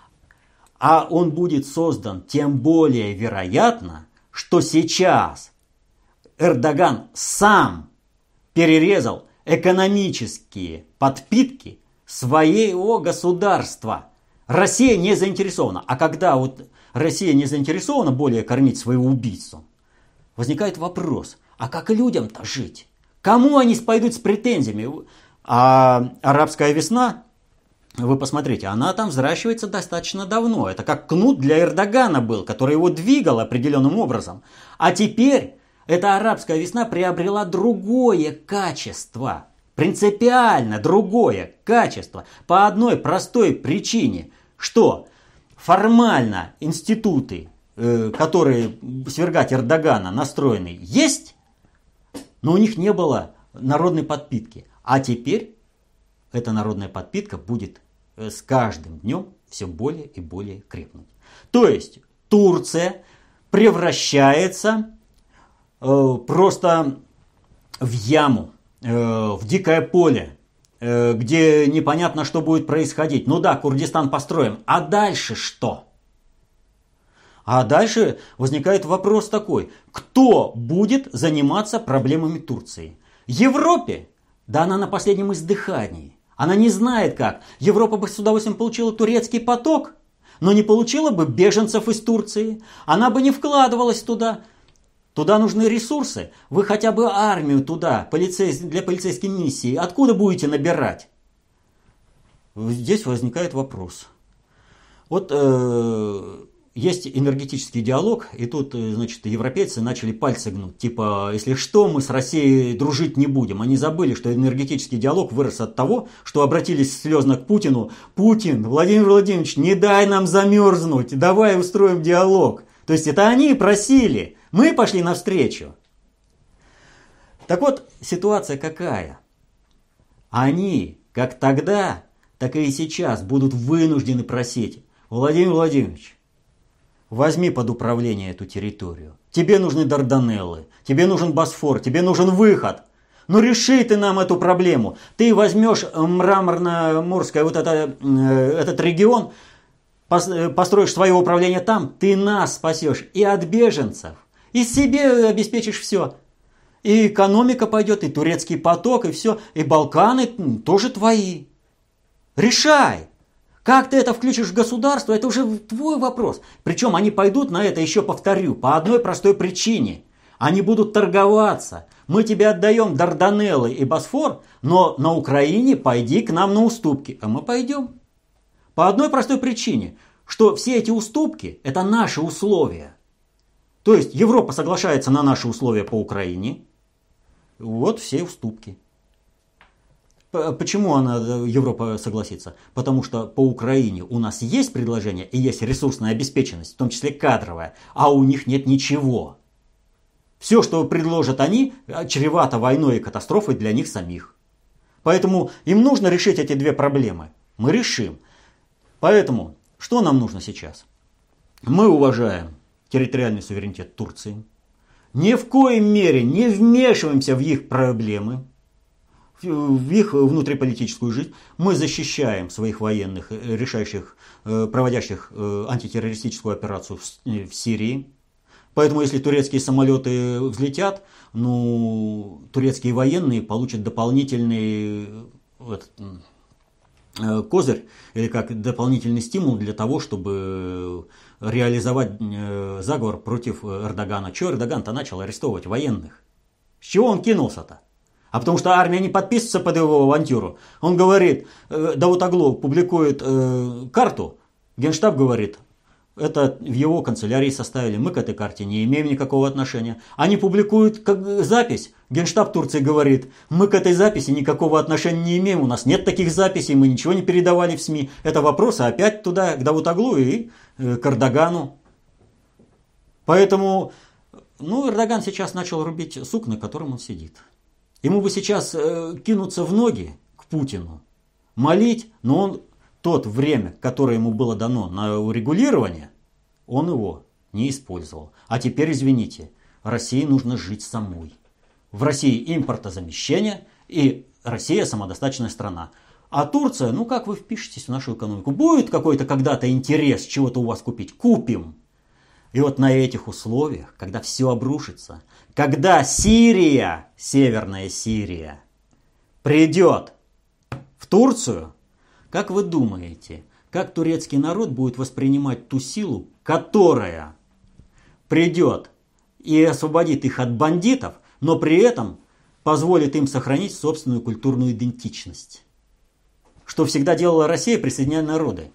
А он будет создан тем более вероятно, что сейчас Эрдоган сам перерезал экономические подпитки своего государства. Россия не заинтересована. А когда вот Россия не заинтересована более кормить своего убийцу, возникает вопрос, а как людям-то жить? Кому они пойдут с претензиями? А арабская весна, вы посмотрите, она там взращивается достаточно давно. Это как кнут для Эрдогана был, который его двигал определенным образом. А теперь эта арабская весна приобрела другое качество. Принципиально другое качество. По одной простой причине, что формально институты, которые свергать Эрдогана настроены, есть, но у них не было народной подпитки. А теперь эта народная подпитка будет с каждым днем все более и более крепнуть. То есть Турция превращается э, просто в яму, э, в дикое поле, э, где непонятно, что будет происходить. Ну да, Курдистан построим, а дальше что? А дальше возникает вопрос такой, кто будет заниматься проблемами Турции? Европе? Да она на последнем издыхании. Она не знает как. Европа бы с удовольствием получила турецкий поток, но не получила бы беженцев из Турции. Она бы не вкладывалась туда. Туда нужны ресурсы. Вы хотя бы армию туда, полицей, для полицейской миссии, откуда будете набирать? Здесь возникает вопрос. Вот э, есть энергетический диалог, и тут, значит, европейцы начали пальцы гнуть. Типа, если что, мы с Россией дружить не будем. Они забыли, что энергетический диалог вырос от того, что обратились слезно к Путину. Путин, Владимир Владимирович, не дай нам замерзнуть, давай устроим диалог. То есть это они просили, мы пошли навстречу. Так вот, ситуация какая? Они, как тогда, так и сейчас будут вынуждены просить: Владимир Владимирович, возьми под управление эту территорию. Тебе нужны Дарданеллы, тебе нужен Босфор, тебе нужен выход. Ну реши ты нам эту проблему. Ты возьмешь мраморно-морское вот это, этот регион, построишь свое управление там, ты нас спасешь и от беженцев, и себе обеспечишь все. И экономика пойдет, и турецкий поток, и все, и Балканы тоже твои. Решай. Как ты это включишь в государство, это уже твой вопрос. Причем они пойдут на это, еще повторю, по одной простой причине. Они будут торговаться. Мы тебе отдаем Дарданеллы и Босфор, но на Украине пойди к нам на уступки. А мы пойдем. По одной простой причине, что все эти уступки – это наши условия. То есть Европа соглашается на наши условия по Украине. Вот все уступки. Почему она, Европа, согласится? Потому что по Украине у нас есть предложение и есть ресурсная обеспеченность, в том числе кадровая, а у них нет ничего. Все, что предложат они, чревато войной и катастрофой для них самих. Поэтому им нужно решить эти две проблемы. Мы решим. Поэтому, что нам нужно сейчас? Мы уважаем территориальный суверенитет Турции, ни в коей мере не вмешиваемся в их проблемы, в их внутриполитическую жизнь. Мы защищаем своих военных, решающих, проводящих антитеррористическую операцию в Сирии. Поэтому, если турецкие самолеты взлетят, ну, турецкие военные получат дополнительный этот, козырь, или как дополнительный стимул для того, чтобы реализовать заговор против Эрдогана. Чего Эрдоган-то начал арестовывать военных? С чего он кинулся-то? А потому что армия не подписывается под его авантюру. Он говорит, Давутоглу публикует карту, Генштаб говорит, это в его канцелярии составили, мы к этой карте не имеем никакого отношения. Они публикуют как запись, Генштаб Турции говорит, мы к этой записи никакого отношения не имеем, у нас нет таких записей, мы ничего не передавали в СМИ. Это вопросы опять туда, к Давутоглу и к Эрдогану. Поэтому, ну, Эрдоган сейчас начал рубить сук, на котором он сидит. Ему бы сейчас э, кинуться в ноги к Путину, молить, но он... Тот время, которое ему было дано на урегулирование, он его не использовал. А теперь, извините, России нужно жить самой. В России импортозамещение, и Россия самодостаточная страна. А Турция, ну как вы впишетесь в нашу экономику? Будет какой-то когда-то интерес чего-то у вас купить? Купим. И вот на этих условиях, когда все обрушится, когда Сирия, Северная Сирия, придет в Турцию, как вы думаете, как турецкий народ будет воспринимать ту силу, которая придет и освободит их от бандитов, но при этом позволит им сохранить собственную культурную идентичность? Что всегда делала Россия, присоединяя народы.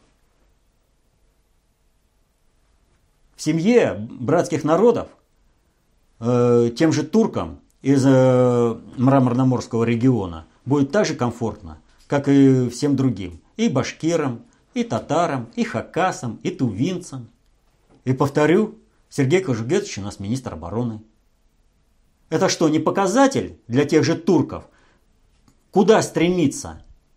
В семье братских народов, э, тем же туркам из э, Мраморноморского региона будет так же комфортно, как и всем другим. И башкирам, и татарам, и хакасам, и тувинцам. И повторю, Сергей Кожугетович у нас министр обороны. Это что, не показатель для тех же турков? Куда стремиться?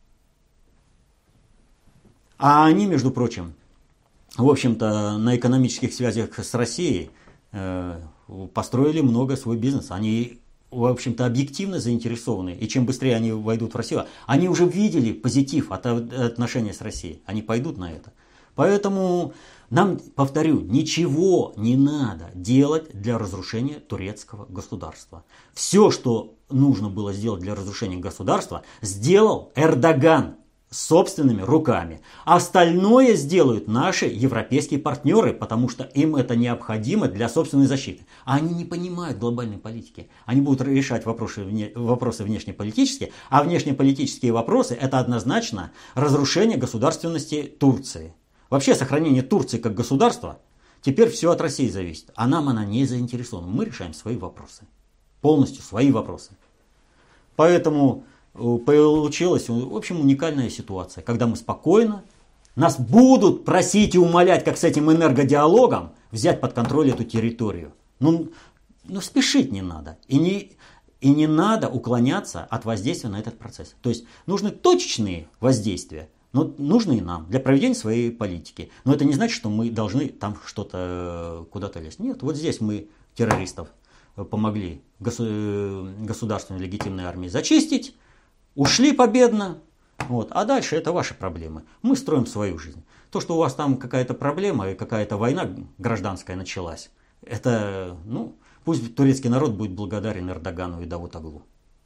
А они, между прочим, в общем-то, на экономических связях с Россией э, построили много свой бизнес. Они... в общем-то, объективно заинтересованы. И чем быстрее они войдут в Россию, они уже видели позитив от отношения с Россией. Они пойдут на это. Поэтому нам, повторю, ничего не надо делать для разрушения турецкого государства. Все, что нужно было сделать для разрушения государства, сделал Эрдоган собственными руками. Остальное сделают наши европейские партнеры, потому что им это необходимо для собственной защиты. А они не понимают глобальной политики. Они будут решать вопросы, вне, вопросы внешнеполитические, а внешнеполитические вопросы – это однозначно разрушение государственности Турции. Вообще сохранение Турции как государства теперь все от России зависит. А нам она не заинтересована. Мы решаем свои вопросы. Полностью свои вопросы. Поэтому... получилась, в общем, уникальная ситуация, когда мы спокойно, нас будут просить и умолять, как с этим энергодиалогом, взять под контроль эту территорию. Ну, ну спешить не надо. И не, и не надо уклоняться от воздействия на этот процесс. То есть нужны точечные воздействия, но нужны нам для проведения своей политики. Но это не значит, что мы должны там что-то куда-то лезть. Нет, вот здесь мы террористов помогли государственной легитимной армии зачистить, ушли победно, вот, а дальше это ваши проблемы. Мы строим свою жизнь. То, что у вас там какая-то проблема и какая-то война гражданская началась, это, ну, пусть турецкий народ будет благодарен Эрдогану и Давутоглу.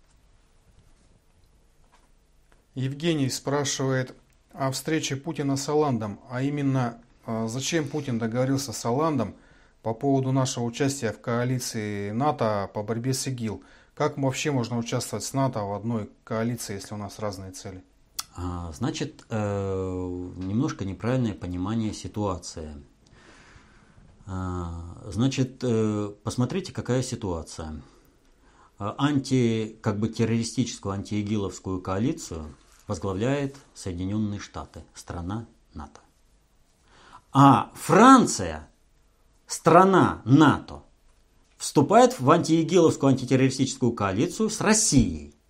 Евгений спрашивает о встрече Путина с Олландом, а именно, зачем Путин договорился с Олландом по поводу нашего участия в коалиции НАТО по борьбе с ИГИЛ. Как вообще можно участвовать с НАТО в одной коалиции, если у нас разные цели? Значит, немножко неправильное понимание ситуации. Значит, посмотрите, какая ситуация. Анти, как бы террористическую антиигиловскую коалицию возглавляет Соединенные Штаты, страна НАТО. А Франция, страна НАТО, вступает в антиигиловскую антитеррористическую коалицию с Россией.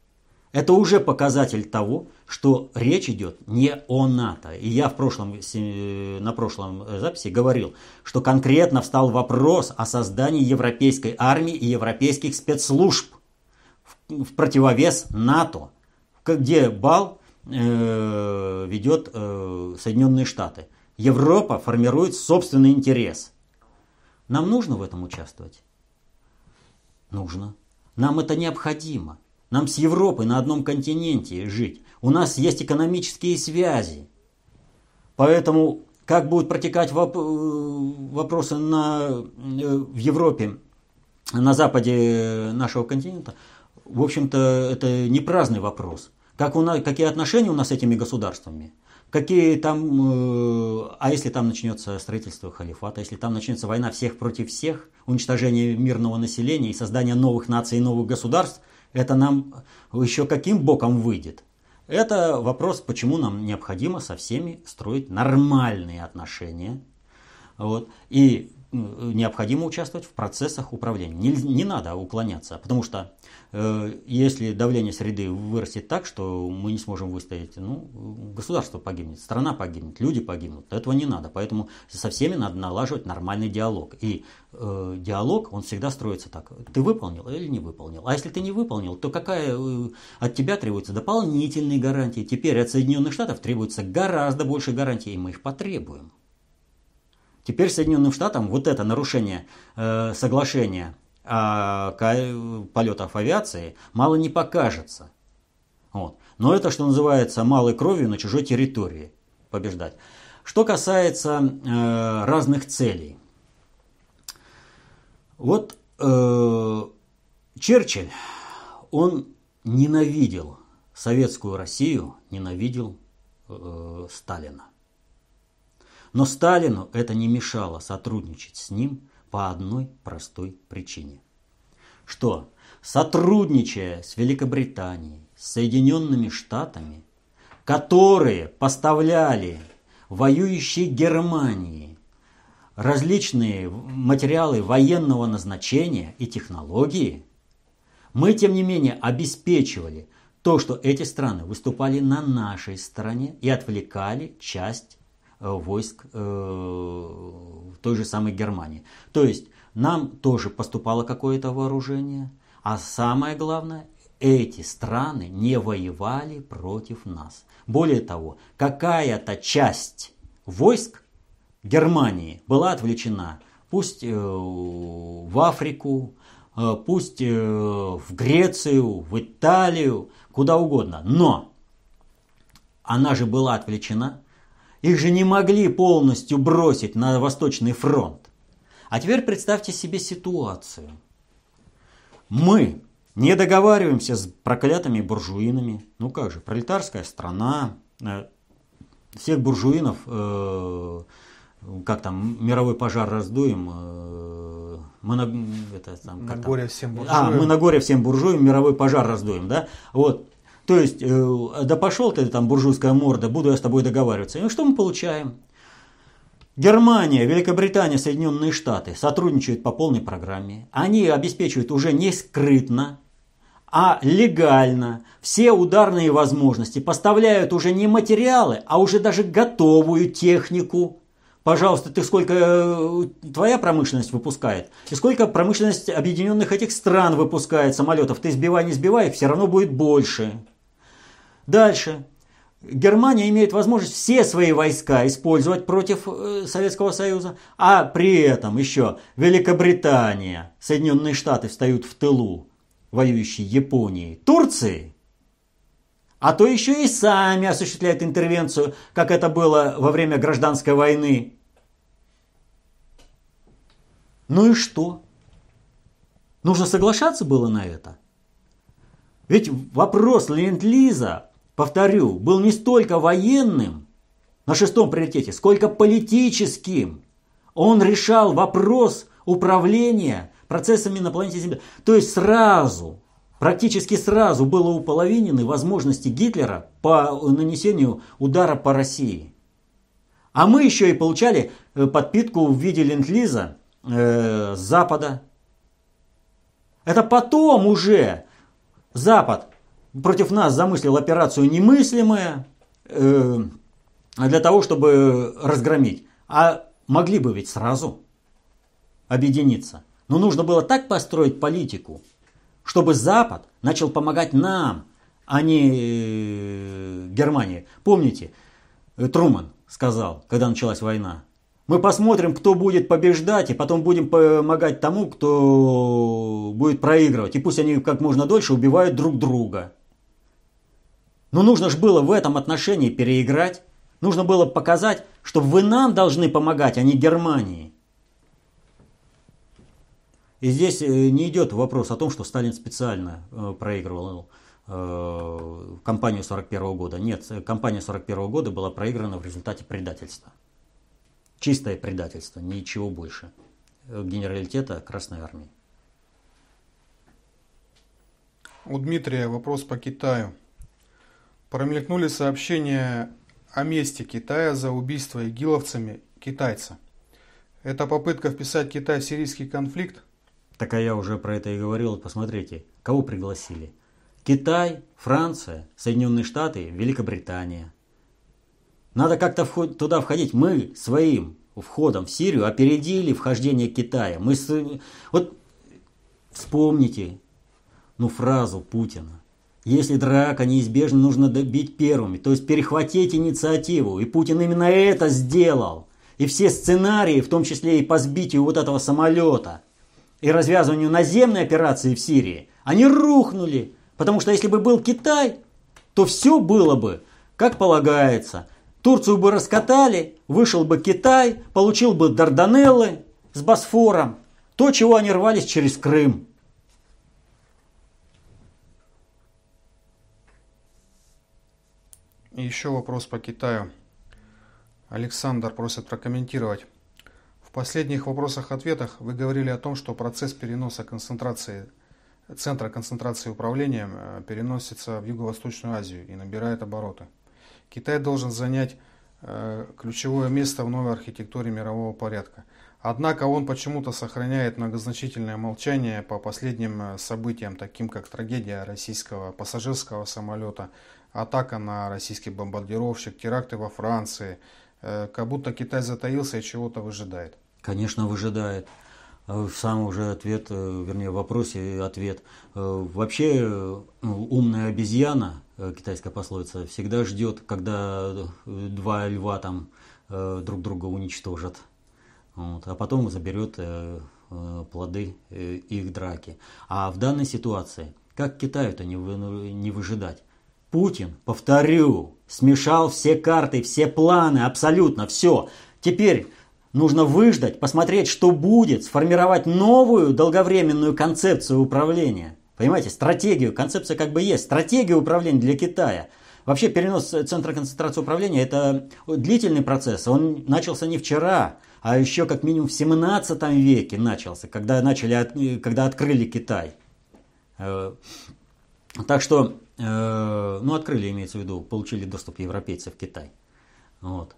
Это уже показатель того, что речь идет не о НАТО. И я в прошлом, на прошлом записи говорил, что конкретно встал вопрос о создании европейской армии и европейских спецслужб в противовес НАТО, где бал э, ведет э, Соединенные Штаты. Европа формирует собственный интерес. Нам нужно в этом участвовать? Нужно. Нам это необходимо. Нам с Европой на одном континенте жить. У нас есть экономические связи. Поэтому, как будут протекать воп- вопросы на, в Европе, на западе нашего континента, в общем-то, это не праздный вопрос. Как у нас, какие отношения у нас с этими государствами? Какие там, э, а если там начнется строительство халифата, если там начнется война всех против всех, уничтожение мирного населения и создание новых наций и новых государств, это нам еще каким боком выйдет? Это вопрос, почему нам необходимо со всеми строить нормальные отношения. Вот. И необходимо участвовать в процессах управления. Не, не надо уклоняться, потому что э, если давление среды вырастет так, что мы не сможем выстоять, ну, государство погибнет, страна погибнет, люди погибнут. Этого не надо. Поэтому со всеми надо налаживать нормальный диалог. И э, диалог, он всегда строится так. Ты выполнил или не выполнил? А если ты не выполнил, то какая э, от тебя требуется дополнительные гарантии? Теперь от Соединенных Штатов требуется гораздо больше гарантий, и мы их потребуем. Теперь Соединенным Штатам вот это нарушение э, соглашения о полетах авиации мало не покажется. Вот. Но это, что называется, малой кровью на чужой территории побеждать. Что касается э, разных целей. Вот э, Черчилль, он ненавидел советскую Россию, ненавидел э, Сталина. Но Сталину это не мешало сотрудничать с ним по одной простой причине. Что, сотрудничая с Великобританией, с Соединенными Штатами, которые поставляли воюющей Германии различные материалы военного назначения и технологии, мы, тем не менее, обеспечивали то, что эти страны выступали на нашей стороне и отвлекали часть войск э, той же самой Германии. То есть нам тоже поступало какое-то вооружение, а самое главное, эти страны не воевали против нас. Более того, какая-то часть войск Германии была отвлечена, пусть э, в Африку, э, пусть э, в Грецию, в Италию, куда угодно. Но она же была отвлечена. Их же не могли полностью бросить на Восточный фронт. А теперь представьте себе ситуацию. Мы не договариваемся с проклятыми буржуинами. Ну как же, пролетарская страна. Всех буржуинов, э, как там, мировой пожар раздуем. Э, мы на, это, там, на как горе там? всем буржуям. А, мы на горе всем буржуям мировой пожар раздуем, да? Вот. То есть, э, да пошел ты там, буржуйская морда, буду я с тобой договариваться. И что мы получаем? Германия, Великобритания, Соединенные Штаты сотрудничают по полной программе. Они обеспечивают уже не скрытно, а легально все ударные возможности. Поставляют уже не материалы, а уже даже готовую технику. Пожалуйста, ты сколько твоя промышленность выпускает, и сколько промышленность объединенных этих стран выпускает самолетов. Ты сбивай, не сбивай, их все равно будет больше. Дальше. Германия имеет возможность все свои войска использовать против Советского Союза, а при этом еще Великобритания, Соединенные Штаты встают в тылу воюющей Японии, Турции, а то еще и сами осуществляют интервенцию, как это было во время гражданской войны. Ну и что? Нужно соглашаться было на это? Ведь вопрос ленд-лиза, повторю, был не столько военным на шестом приоритете, сколько политическим. Он решал вопрос управления процессами на планете Земля. То есть сразу, практически сразу было уполовинены возможности Гитлера по нанесению удара по России. А мы еще и получали подпитку в виде ленд-лиза э, с Запада. Это потом уже Запад против нас замыслил операцию немыслимая э, для того, чтобы разгромить. А могли бы ведь сразу объединиться. Но нужно было так построить политику, чтобы Запад начал помогать нам, а не э, Германии. Помните, Труман сказал, когда началась война: мы посмотрим, кто будет побеждать, и потом будем помогать тому, кто будет проигрывать. И пусть они как можно дольше убивают друг друга. Но нужно же было в этом отношении переиграть. Нужно было показать, что вы нам должны помогать, а не Германии. И здесь не идет вопрос о том, что Сталин специально проигрывал кампанию сорок первого года. Нет, кампания сорок первого года была проиграна в результате предательства. Чистое предательство, ничего больше. Генералитета Красной Армии. У Дмитрия вопрос по Китаю. Промелькнули сообщения о мести Китая за убийство игиловцами китайца. Это попытка вписать Китай в сирийский конфликт? Так а я уже про это и говорил. Посмотрите, кого пригласили. Китай, Франция, Соединенные Штаты, Великобритания. Надо как-то туда входить. Мы своим входом в Сирию опередили вхождение Китая. Мы с... Вот вспомните ну, фразу Путина. Если драка неизбежна, нужно добить первыми. То есть перехватить инициативу. И Путин именно это сделал. И все сценарии, в том числе и по сбитию вот этого самолета и развязыванию наземной операции в Сирии, они рухнули. Потому что если бы был Китай, то все было бы как полагается. Турцию бы раскатали, вышел бы Китай, получил бы Дарданеллы с Босфором. То, чего они рвались через Крым. И еще вопрос по Китаю. Александр просит прокомментировать. В последних вопросах-ответах вы говорили о том, что процесс переноса концентрации, центра концентрации управления переносится в Юго-Восточную Азию и набирает обороты. Китай должен занять э, ключевое место в новой архитектуре мирового порядка. Однако он почему-то сохраняет многозначительное молчание по последним событиям, таким как трагедия российского пассажирского самолета, атака на российский бомбардировщик, теракты во Франции. Э, как будто Китай затаился и чего-то выжидает. Конечно, выжидает. Сам уже ответ, вернее, в вопросе ответ. Вообще умная обезьяна, китайская пословица, всегда ждет, когда два льва там друг друга уничтожат. Вот, а потом заберет плоды их драки. А в данной ситуации, как Китаю-то не, вы, не выжидать? Путин, повторю, смешал все карты, все планы, абсолютно все. Теперь нужно выждать, посмотреть, что будет, сформировать новую долговременную концепцию управления. Понимаете, стратегию, концепция как бы есть, стратегия управления для Китая. Вообще перенос центра концентрации управления – это длительный процесс, он начался не вчера, а еще как минимум в семнадцатом веке начался, когда, начали, когда открыли Китай. Так что, ну открыли, имеется в виду, получили доступ европейцы в Китай. Вот.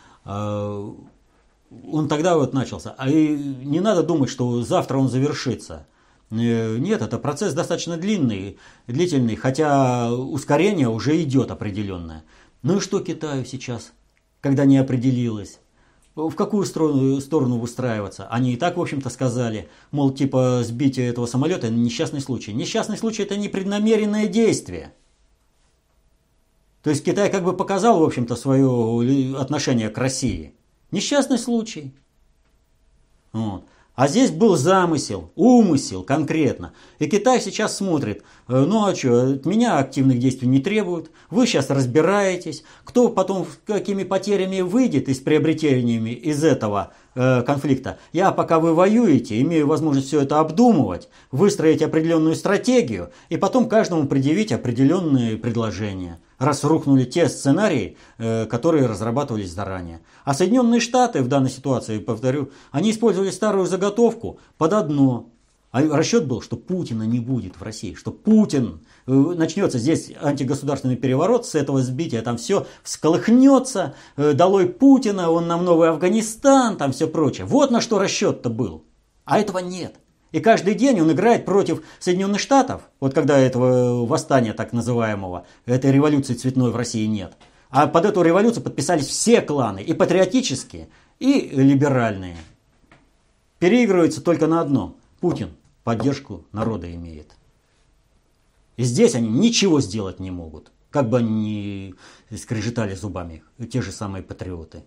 Он тогда вот начался. А и не надо думать, что завтра он завершится. Нет, это процесс достаточно длинный, длительный, хотя ускорение уже идет определенное. Ну и что Китаю сейчас, когда не определилось? В какую сторону, сторону выстраиваться? Они и так, в общем-то, сказали, мол, типа сбитие этого самолета – это несчастный случай. Несчастный случай – это непреднамеренное действие. То есть Китай как бы показал, в общем-то, свое отношение к России. Несчастный случай. Вот. А здесь был замысел, умысел конкретно. И Китай сейчас смотрит, ну а что, от меня активных действий не требуют. Вы сейчас разбираетесь, кто потом какими потерями выйдет и с приобретениями из этого э, конфликта. Я, пока вы воюете, имею возможность все это обдумывать, выстроить определенную стратегию и потом каждому предъявить определенные предложения. Раз рухнули те сценарии, э, которые разрабатывались заранее. А Соединенные Штаты в данной ситуации, повторю, они использовали старую заготовку под одно. А расчет был, что Путина не будет в России, что Путин, э, начнется здесь антигосударственный переворот, с этого сбития там все всколыхнется, э, долой Путина, он нам новый Афганистан, там все прочее. Вот на что расчет-то был. А этого нет. И каждый день он играет против Соединенных Штатов. Вот когда этого восстания так называемого, этой революции цветной в России нет. А под эту революцию подписались все кланы, и патриотические, и либеральные. Переигрывается только на одном. Путин поддержку народа имеет. И здесь они ничего сделать не могут. Как бы они ни скрежетали зубами, те же самые патриоты.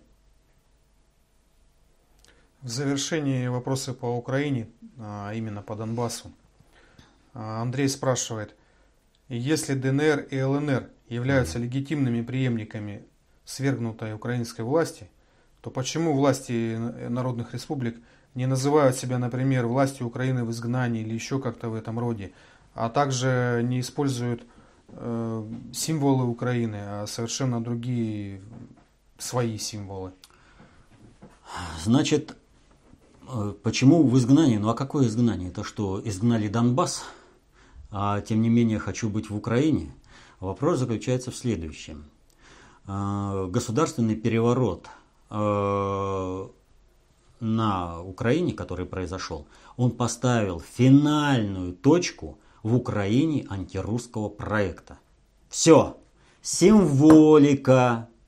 В завершении вопросы по Украине, а именно по Донбассу. Андрей спрашивает, если ДНР и ЛНР являются легитимными преемниками свергнутой украинской власти, то почему власти народных республик не называют себя, например, властью Украины в изгнании или еще как-то в этом роде, а также не используют э, символы Украины, а совершенно другие свои символы? Значит, почему в изгнании? Ну а какое изгнание? Это что, изгнали Донбасс, а тем не менее хочу быть в Украине? Вопрос заключается в следующем. Государственный переворот на Украине, который произошел, он поставил финальную точку в Украине антирусского проекта. Все. Символика,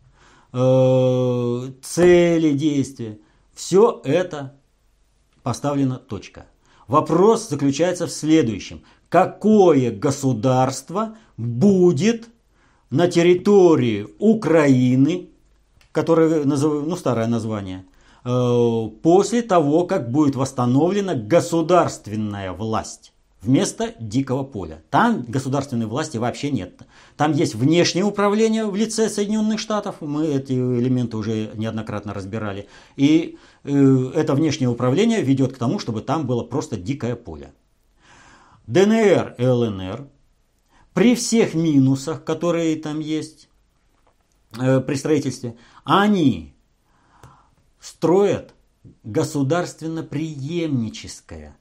цели действия. Все это поставлена точка. Вопрос заключается в следующем. Какое государство будет на территории Украины, которое, ну, старое название, после того, как будет восстановлена государственная власть вместо дикого поля? Там государственной власти вообще нет. Там есть внешнее управление в лице Соединенных Штатов. Мы эти элементы уже неоднократно разбирали. И э, это внешнее управление ведет к тому, чтобы там было просто дикое поле. ДНР и ЛНР при всех минусах, которые там есть э, при строительстве, они строят государственно-преемническое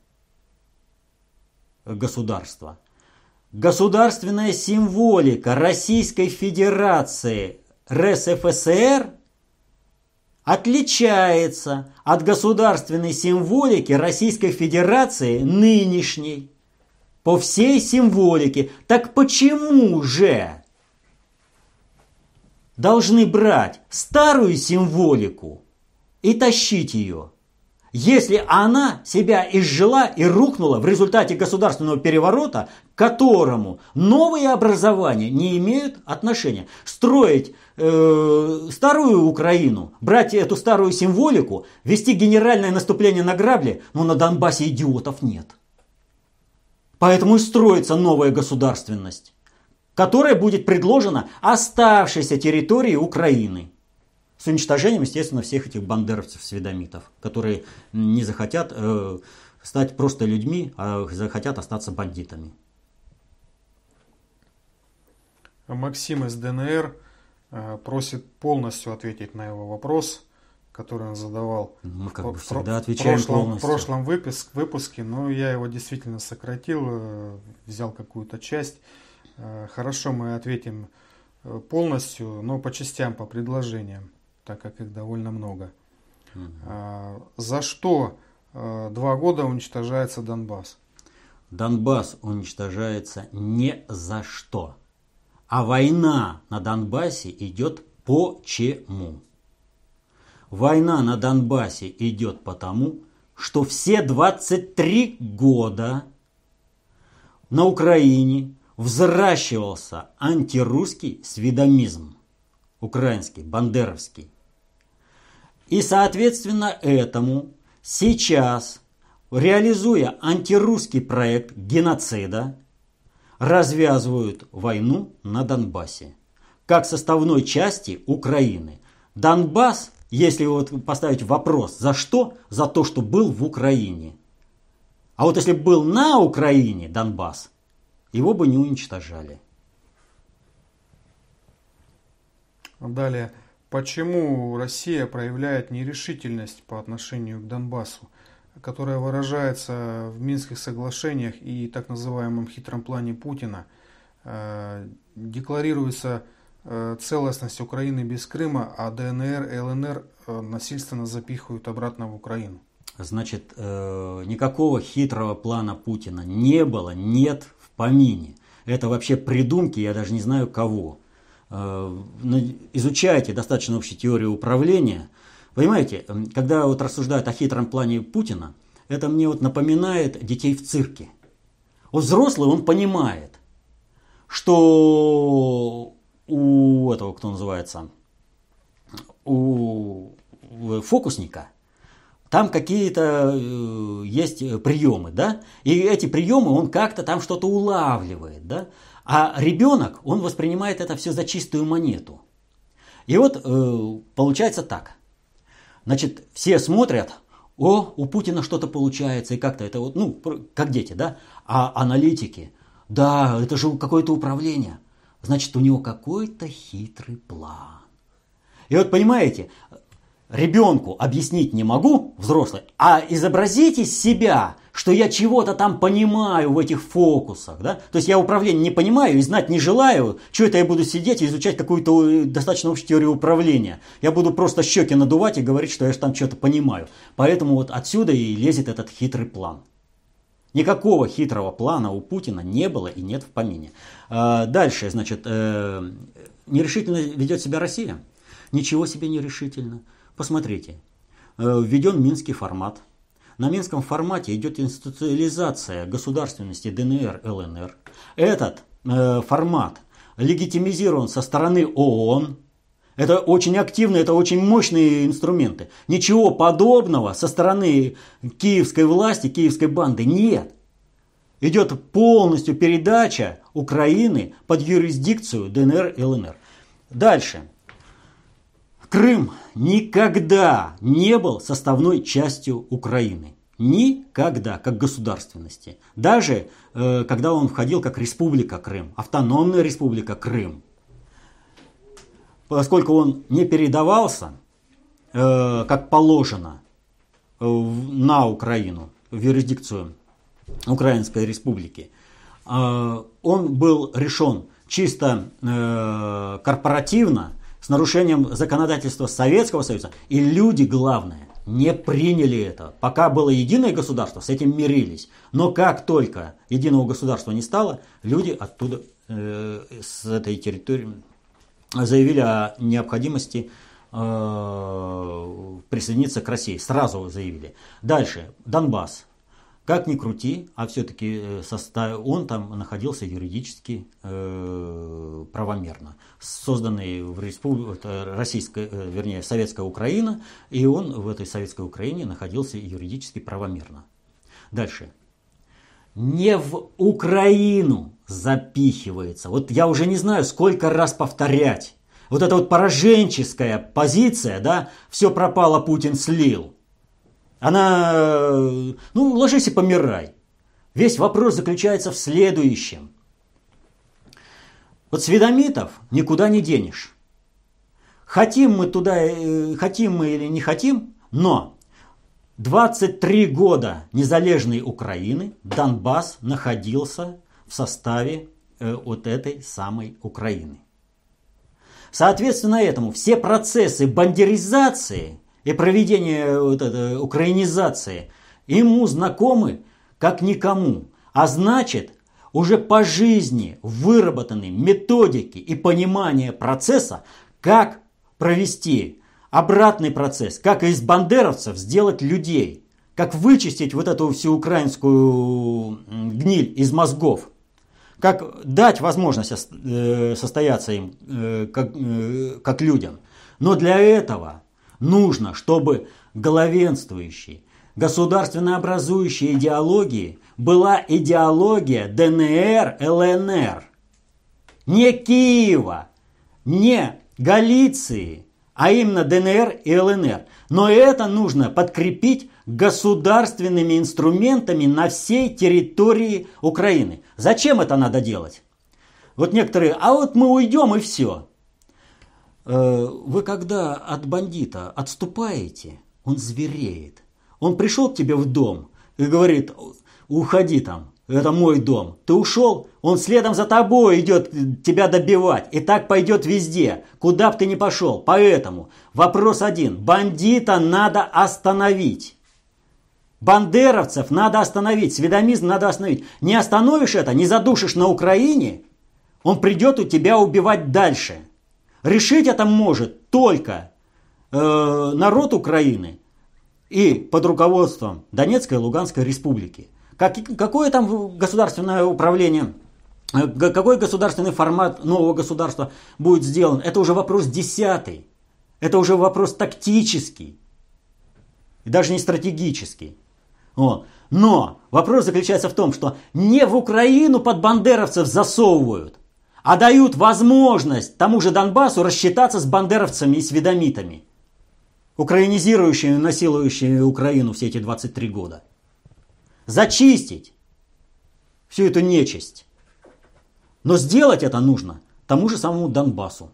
государство. Государственная символика Российской Федерации РСФСР отличается от государственной символики Российской Федерации нынешней. По всей символике. Так почему же должны брать старую символику и тащить ее, если она себя изжила и рухнула в результате государственного переворота, к которому новые образования не имеют отношения? Строить э, старую Украину, брать эту старую символику, вести генеральное наступление на грабли, но на Донбассе идиотов нет. Поэтому и строится новая государственность, которая будет предложена оставшейся территории Украины. С уничтожением, естественно, всех этих бандеровцев-сведомитов, которые не захотят э, стать просто людьми, а захотят остаться бандитами. Максим из ДНР э, просит полностью ответить на его вопрос, который он задавал. Мы как в, бы всегда отвечаем в прошлом, полностью. В прошлом выпуск, выпуске, но я его действительно сократил, э, взял какую-то часть. Э, хорошо, мы ответим полностью, но по частям, по предложениям, так как их довольно много. Угу. А, за что а, два года уничтожается Донбасс? Донбасс уничтожается не за что. А война на Донбассе идет почему? Война на Донбассе идет потому, что все двадцать три года на Украине взращивался антирусский сведомизм. Украинский, бандеровский. И, соответственно, этому сейчас, реализуя антирусский проект геноцида, развязывают войну на Донбассе, как составной части Украины. Донбасс, если вот поставить вопрос, за что? За то, что был в Украине. А вот если был на Украине Донбасс, его бы не уничтожали. Далее. Почему Россия проявляет нерешительность по отношению к Донбассу, которая выражается в Минских соглашениях и так называемом хитром плане Путина? Декларируется целостность Украины без Крыма, а ДНР и ЛНР насильственно запихивают обратно в Украину. Значит, э, никакого хитрого плана Путина не было, нет в помине. Это вообще придумки, я даже не знаю кого. Э, изучайте достаточно общую теорию управления. Понимаете, когда вот рассуждают о хитром плане Путина, это мне вот напоминает детей в цирке. Вот взрослый, он понимает, что у этого, кто называется, у фокусника там какие-то э, есть приемы, да, и эти приемы он как-то там что-то улавливает, да, а ребенок, он воспринимает это все за чистую монету. И вот э, получается так, значит, все смотрят, о, у Путина что-то получается, и как-то это вот, ну, как дети, да, а аналитики, да, это же какое-то управление, значит, у него какой-то хитрый план. И вот понимаете, ребенку объяснить не могу, взрослый, а изобразить из себя, что я чего-то там понимаю в этих фокусах, да? То есть я управление не понимаю и знать не желаю, что это я буду сидеть и изучать какую-то достаточно общую теорию управления. Я буду просто щеки надувать и говорить, что я же там что-то понимаю. Поэтому вот отсюда и лезет этот хитрый план. Никакого хитрого плана у Путина не было и нет в помине. Дальше, значит, нерешительно ведет себя Россия. Ничего себе нерешительно. Посмотрите, введен Минский формат. На Минском формате идет институциализация государственности ДНР, ЛНР. Этот э, формат легитимизирован со стороны ООН. Это очень активные, это очень мощные инструменты. Ничего подобного со стороны киевской власти, киевской банды нет. Идет полностью передача Украины под юрисдикцию ДНР, ЛНР. Дальше. Крым никогда не был составной частью Украины. Никогда, как государственности. Даже э, когда он входил как Республика Крым, автономная Республика Крым. Поскольку он не передавался, э, как положено, э, на Украину, в юрисдикцию Украинской Республики, э, он был решен чисто э, корпоративно, с нарушением законодательства Советского Союза. И люди, главное, не приняли это. Пока было единое государство, с этим мирились. Но как только единого государства не стало, люди оттуда, э, с этой территории, заявили о необходимости э, присоединиться к России. Сразу заявили. Дальше. Донбасс. Как ни крути, а все-таки состав, он там находился юридически э, правомерно. Созданный в республике, российская, вернее, советская Украина, и он в этой советской Украине находился юридически правомерно. Дальше. Не в Украину запихивается. Вот я уже не знаю, сколько раз повторять. Вот эта вот пораженческая позиция, да, все пропало, Путин слил. Она, ну, ложись и помирай. Весь вопрос заключается в следующем. Вот сведомитов никуда не денешь. Хотим мы туда, хотим мы или не хотим, но двадцать три года незалежной Украины Донбасс находился в составе вот этой самой Украины. Соответственно этому все процессы бандеризации и проведение вот этой украинизации ему знакомы как никому. А значит, уже по жизни выработаны методики и понимание процесса, как провести обратный процесс, как из бандеровцев сделать людей, как вычистить вот эту всю украинскую гниль из мозгов, как дать возможность состояться им как, как людям. Но для этого нужно, чтобы главенствующей, государственно-образующей идеологией была идеология ДНР, ЛНР. Не Киева, не Галиции, а именно ДНР и ЛНР. Но это нужно подкрепить государственными инструментами на всей территории Украины. Зачем это надо делать? Вот некоторые, а вот мы уйдем и все. Вы когда от бандита отступаете, он звереет. Он пришел к тебе в дом и говорит, уходи там, это мой дом. Ты ушел, он следом за тобой идет тебя добивать. И так пойдет везде, куда бы ты ни пошел. Поэтому вопрос один. Бандита надо остановить. Бандеровцев надо остановить, сведомизм надо остановить. Не остановишь это, не задушишь на Украине, он придет у тебя убивать дальше. Решить это может только э, народ Украины и под руководством Донецкой и Луганской республики. Как, какое там государственное управление, какой государственный формат нового государства будет сделан, это уже вопрос десятый. Это уже вопрос тактический. И даже не стратегический. О. Но вопрос заключается в том, что не в Украину под бандеровцев засовывают, а дают возможность тому же Донбассу рассчитаться с бандеровцами и сведомитами, украинизирующими, насилующими Украину все эти двадцать три года. Зачистить всю эту нечисть. Но сделать это нужно тому же самому Донбассу.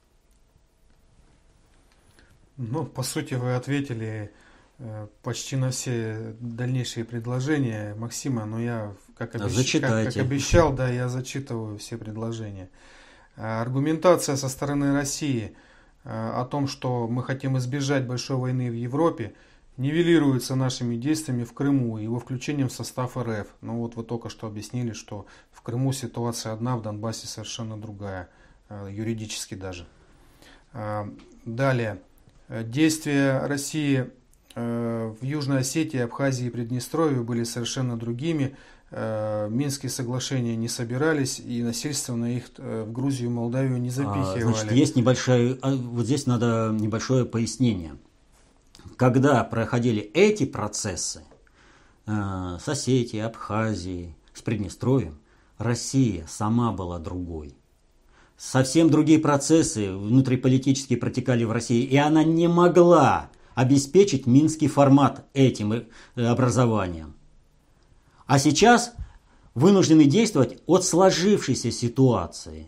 Ну, по сути, вы ответили э, почти на все дальнейшие предложения Максима, но я, как, обещ... как, как обещал, да, я зачитываю все предложения. Э, аргументация со стороны России э, о том, что мы хотим избежать большой войны в Европе, нивелируется нашими действиями в Крыму и его включением в состав эр эф. Ну вот вы только что объяснили, что в Крыму ситуация одна, в Донбассе совершенно другая, э, юридически даже. Э, далее. Действия России в Южной Осетии, Абхазии и Приднестровье были совершенно другими. Минские соглашения не собирались и насильственно их в Грузию и Молдавию не запихивали. А, значит, есть небольшое, вот здесь надо небольшое пояснение. Когда проходили эти процессы с Осетией, Абхазией, с Приднестровьем, Россия сама была другой. Совсем другие процессы внутриполитические протекали в России, и она не могла обеспечить минский формат этим образованием. А сейчас вынуждены действовать от сложившейся ситуации.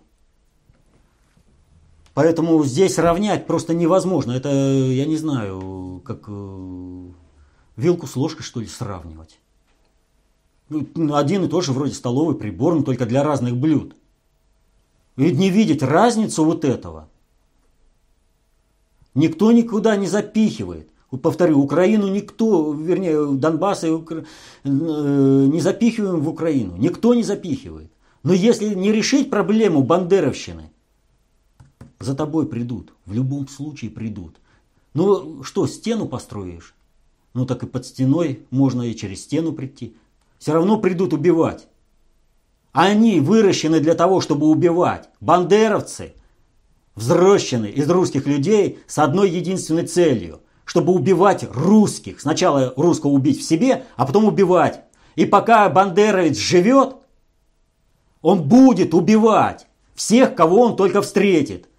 Поэтому здесь равнять просто невозможно. Это, я не знаю, как вилку с ложкой, что ли, сравнивать. Один и тот же вроде столовый прибор, но только для разных блюд. И не видеть разницу вот этого. Никто никуда не запихивает. Повторю, Украину никто, вернее, Донбасс и Укра... не запихиваем в Украину. Никто не запихивает. Но если не решить проблему бандеровщины, за тобой придут. В любом случае придут. Ну что, стену построишь? Ну так и под стеной можно и через стену прийти. Все равно придут убивать. Они выращены для того, чтобы убивать. Бандеровцы взращены из русских людей с одной единственной целью. Чтобы убивать русских. Сначала русского убить в себе, а потом убивать. И пока бандеровец живет, он будет убивать всех, кого он только встретит.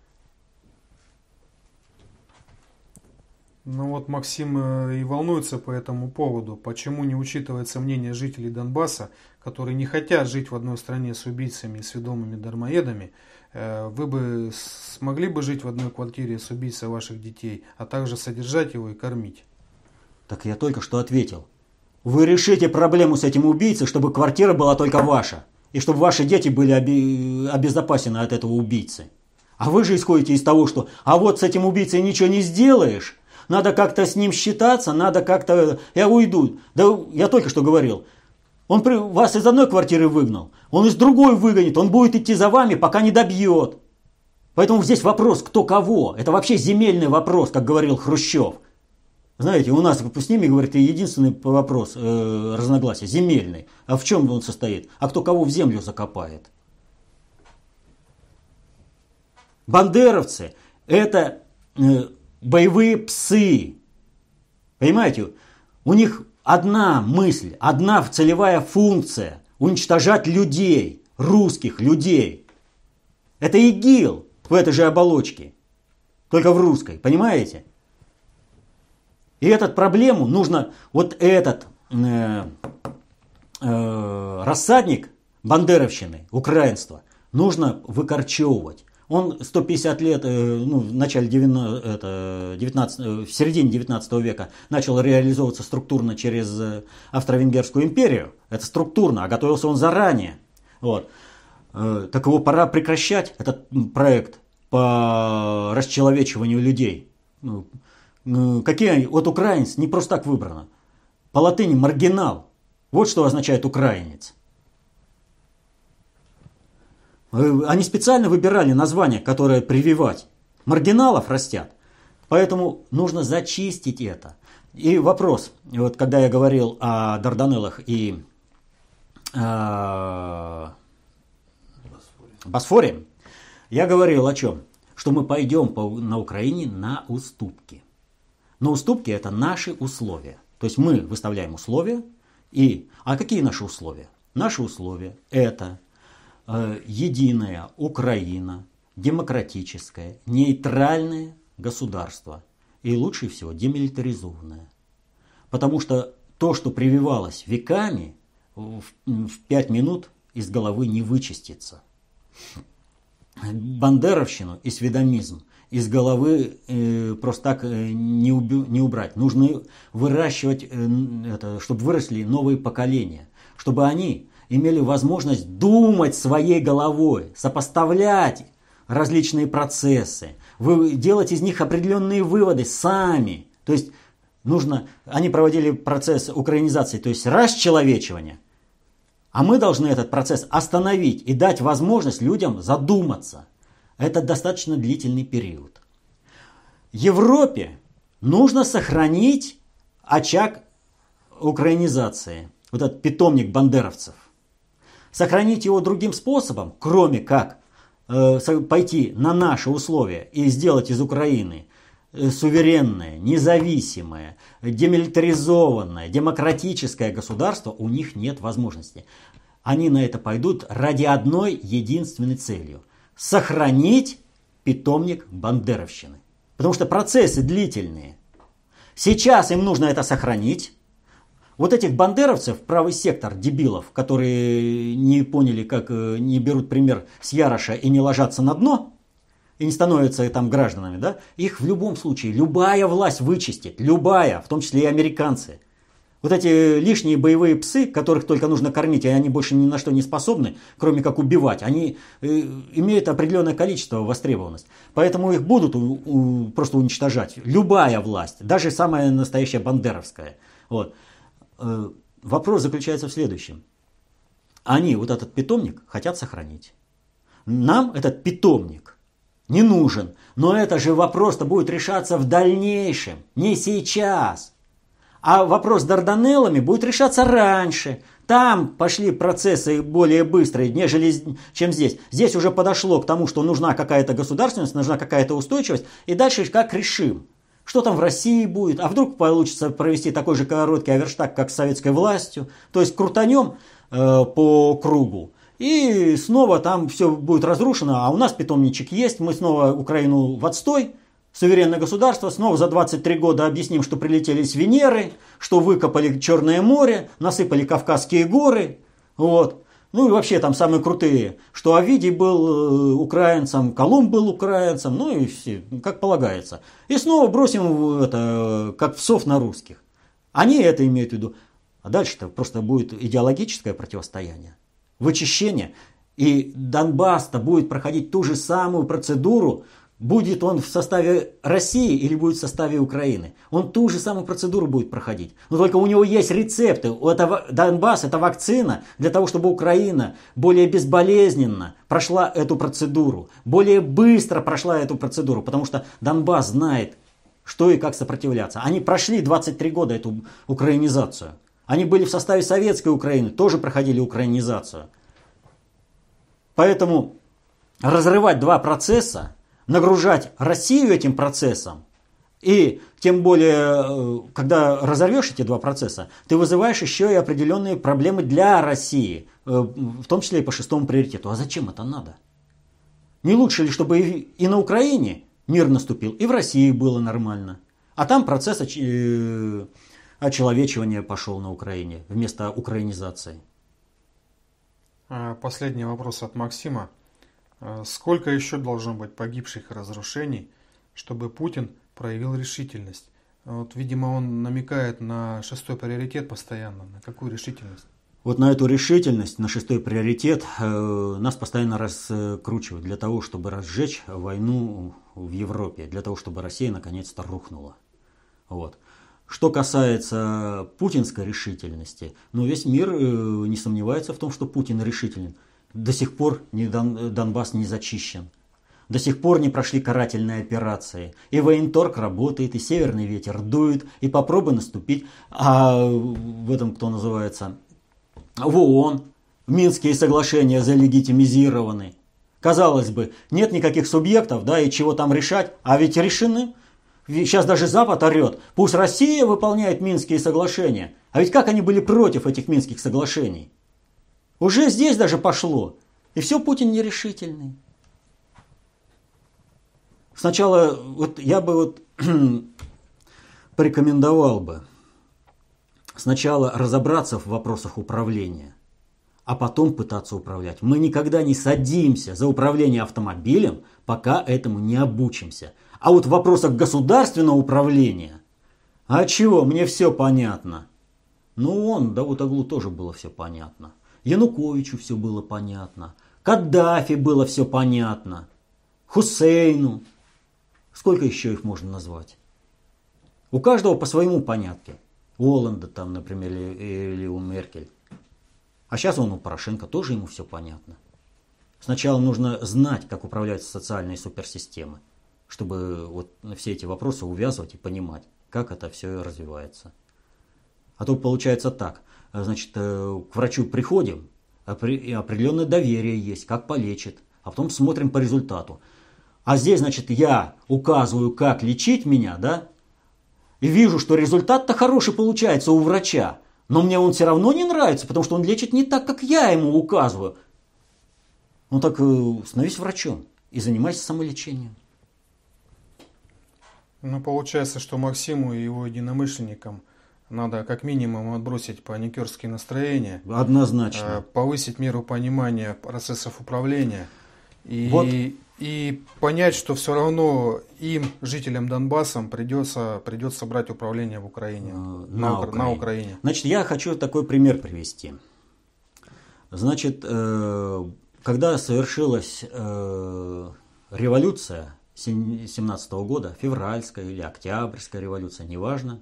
Ну вот Максим и волнуется по этому поводу. Почему не учитывается мнение жителей Донбасса, которые не хотят жить в одной стране с убийцами и сведомыми дармоедами? Вы бы смогли бы жить в одной квартире с убийцей ваших детей, а также содержать его и кормить? Так я только что ответил. Вы решите проблему с этим убийцей, чтобы квартира была только ваша. И чтобы ваши дети были оби- обезопасены от этого убийцы. А вы же исходите из того, что а вот с этим убийцей ничего не сделаешь. Надо как-то с ним считаться, надо как-то... Я уйду. Да я только что говорил. Он при... вас из одной квартиры выгнал, он из другой выгонит, он будет идти за вами, пока не добьет. Поэтому здесь вопрос, кто кого. Это вообще земельный вопрос, как говорил Хрущев. Знаете, у нас с ними, говорит, единственный вопрос э, разногласия, земельный. А в чем он состоит? А кто кого в землю закопает? Бандеровцы – это... Э, боевые псы. Понимаете, у них одна мысль, одна целевая функция – уничтожать людей, русских людей. Это ИГИЛ в этой же оболочке, только в русской, понимаете? И эту проблему нужно, вот этот э, э, рассадник бандеровщины, украинства, нужно выкорчевывать. Он сто пятьдесят лет, ну, в начале девятнадцатого, в середине девятнадцатого века начал реализовываться структурно через Австро-Венгерскую империю. Это структурно, а готовился он заранее. Вот. Так его пора прекращать, этот проект по расчеловечиванию людей. Какие они? Вот украинец не просто так выбрано. по латыни маргинал. Вот что означает украинец. Они специально выбирали название, которое прививать. Маргиналов растят. Поэтому нужно зачистить это. И вопрос, вот когда я говорил о Дарданеллах и э, Босфоре, я говорил о чем? Что мы пойдем по, на Украине на уступки. Но уступки это наши условия. То есть мы выставляем условия. И, а какие наши условия? Наши условия это э, единая Украина, демократическое, нейтральное государство. И лучше всего демилитаризованное. Потому что то, что прививалось веками, в, в пять минут из головы не вычистится. Бандеровщину и сведомизм из головы э, просто так э, не, уби, не убрать. Нужно выращивать, э, это, чтобы выросли новые поколения. Чтобы они имели возможность думать своей головой, сопоставлять различные процессы, вы, делать из них определенные выводы сами. То есть нужно, они проводили процесс украинизации, то есть расчеловечивания. А мы должны этот процесс остановить и дать возможность людям задуматься. Это достаточно длительный период. Европе нужно сохранить очаг украинизации, вот этот питомник бандеровцев. Сохранить его другим способом, кроме как э, пойти на наши условия и сделать из Украины суверенное, независимое, демилитаризованное, демократическое государство, у них нет возможности. Они на это пойдут ради одной единственной целью – сохранить питомник бандеровщины. Потому что процессы длительные. Сейчас им нужно это сохранить. Вот этих бандеровцев, правый сектор дебилов, которые не поняли, как не берут пример с Яроша и не ложатся на дно, и не становятся там гражданами, да, их в любом случае любая власть вычистит, любая, в том числе и американцы. Вот эти лишние боевые псы, которых только нужно кормить, и они больше ни на что не способны, кроме как убивать, они э, имеют определенное количество востребованность. Поэтому их будут у, у, просто уничтожать. Любая власть, даже самая настоящая бандеровская. Вот. Э, вопрос заключается в следующем. Они вот этот питомник хотят сохранить. Нам этот питомник не нужен. Но это же вопрос-то будет решаться в дальнейшем, не сейчас. А вопрос с Дарданеллами будет решаться раньше. Там пошли процессы более быстрые, нежели чем здесь. Здесь уже подошло к тому, что нужна какая-то государственность, нужна какая-то устойчивость. И дальше как решим. Что там в России будет? А вдруг получится провести такой же короткий оверштаг, как с советской властью? То есть крутанем э, по кругу. И снова там все будет разрушено, а у нас питомничек есть, мы снова Украину в отстой, суверенное государство, снова за двадцать три года объясним, что прилетели с Венеры, что выкопали Черное море, насыпали Кавказские горы, вот. Ну и вообще там самые крутые, что Овидий был украинцем, Колумб был украинцем, ну и все, как полагается. И снова бросим это, как псов на русских. Они это имеют в виду. А дальше-то просто будет идеологическое противостояние. Вычищение, и Донбасс-то будет проходить ту же самую процедуру, будет он в составе России или будет в составе Украины. Он ту же самую процедуру будет проходить. Но только у него есть рецепты. У этого Донбасс это вакцина для того, чтобы Украина более безболезненно прошла эту процедуру, более быстро прошла эту процедуру, потому что Донбасс знает, что и как сопротивляться. Они прошли двадцать три года эту украинизацию. Они были в составе советской Украины, тоже проходили украинизацию. Поэтому разрывать два процесса, нагружать Россию этим процессом, и тем более, когда разорвешь эти два процесса, ты вызываешь еще и определенные проблемы для России, в том числе и по шестому приоритету. А зачем это надо? Не лучше ли, чтобы и на Украине мир наступил, и в России было нормально? А там процесс очеловечивания пошел на Украине вместо украинизации. Последний вопрос от Максима. Сколько еще должно быть погибших и разрушений, чтобы Путин проявил решительность? Вот, видимо, он намекает на шестой приоритет постоянно. На какую решительность? Вот на эту решительность, на шестой приоритет, э, нас постоянно раскручивают для того, чтобы разжечь войну в Европе, для того, чтобы Россия наконец-то рухнула. Вот. Что касается путинской решительности, ну, весь мир не сомневается в том, что Путин решителен. До сих пор Дон, Донбасс не зачищен. До сих пор не прошли карательные операции. И военторг работает, и северный ветер дует, и попробуй наступить. А в этом, кто называется, в ООН Минские соглашения залегитимизированы. Казалось бы, нет никаких субъектов, да, и чего там решать, а ведь решены. Сейчас даже Запад орет, пусть Россия выполняет Минские соглашения. А ведь как они были против этих Минских соглашений? Уже здесь даже пошло. И все, Путин нерешительный. Сначала вот я бы вот порекомендовал бы сначала разобраться в вопросах управления, а потом пытаться управлять. Мы никогда не садимся за управление автомобилем, пока этому не обучимся. А вот в вопросах государственного управления, а чего, мне все понятно. Ну, он, Давутоглу тоже было все понятно. Януковичу все было понятно. Каддафи было все понятно. Хусейну. Сколько еще их можно назвать? У каждого по своему понятке. У Оланда там, например, или, или у Меркель. А сейчас он у Порошенко, тоже ему все понятно. Сначала нужно знать, как управляются социальные суперсистемы, чтобы вот все эти вопросы увязывать и понимать, как это все развивается. А то получается так. Значит, к врачу приходим, определенное доверие есть, как полечит, а потом смотрим по результату. А здесь, значит, я указываю, как лечить меня, да, и вижу, что результат-то хороший получается у врача, но мне он все равно не нравится, потому что он лечит не так, как я ему указываю. Ну так становись врачом и занимайся самолечением. Ну, получается, что Максиму и его единомышленникам надо как минимум отбросить паникерские настроения. Однозначно. Повысить меру понимания процессов управления. И, вот. и понять, что все равно им, жителям Донбасса, придется, придется брать управление в Украине. На, на, Украине. на Украине. Значит, я хочу такой пример привести. Значит, когда совершилась революция семнадцатого года, февральская или октябрьская революция, неважно,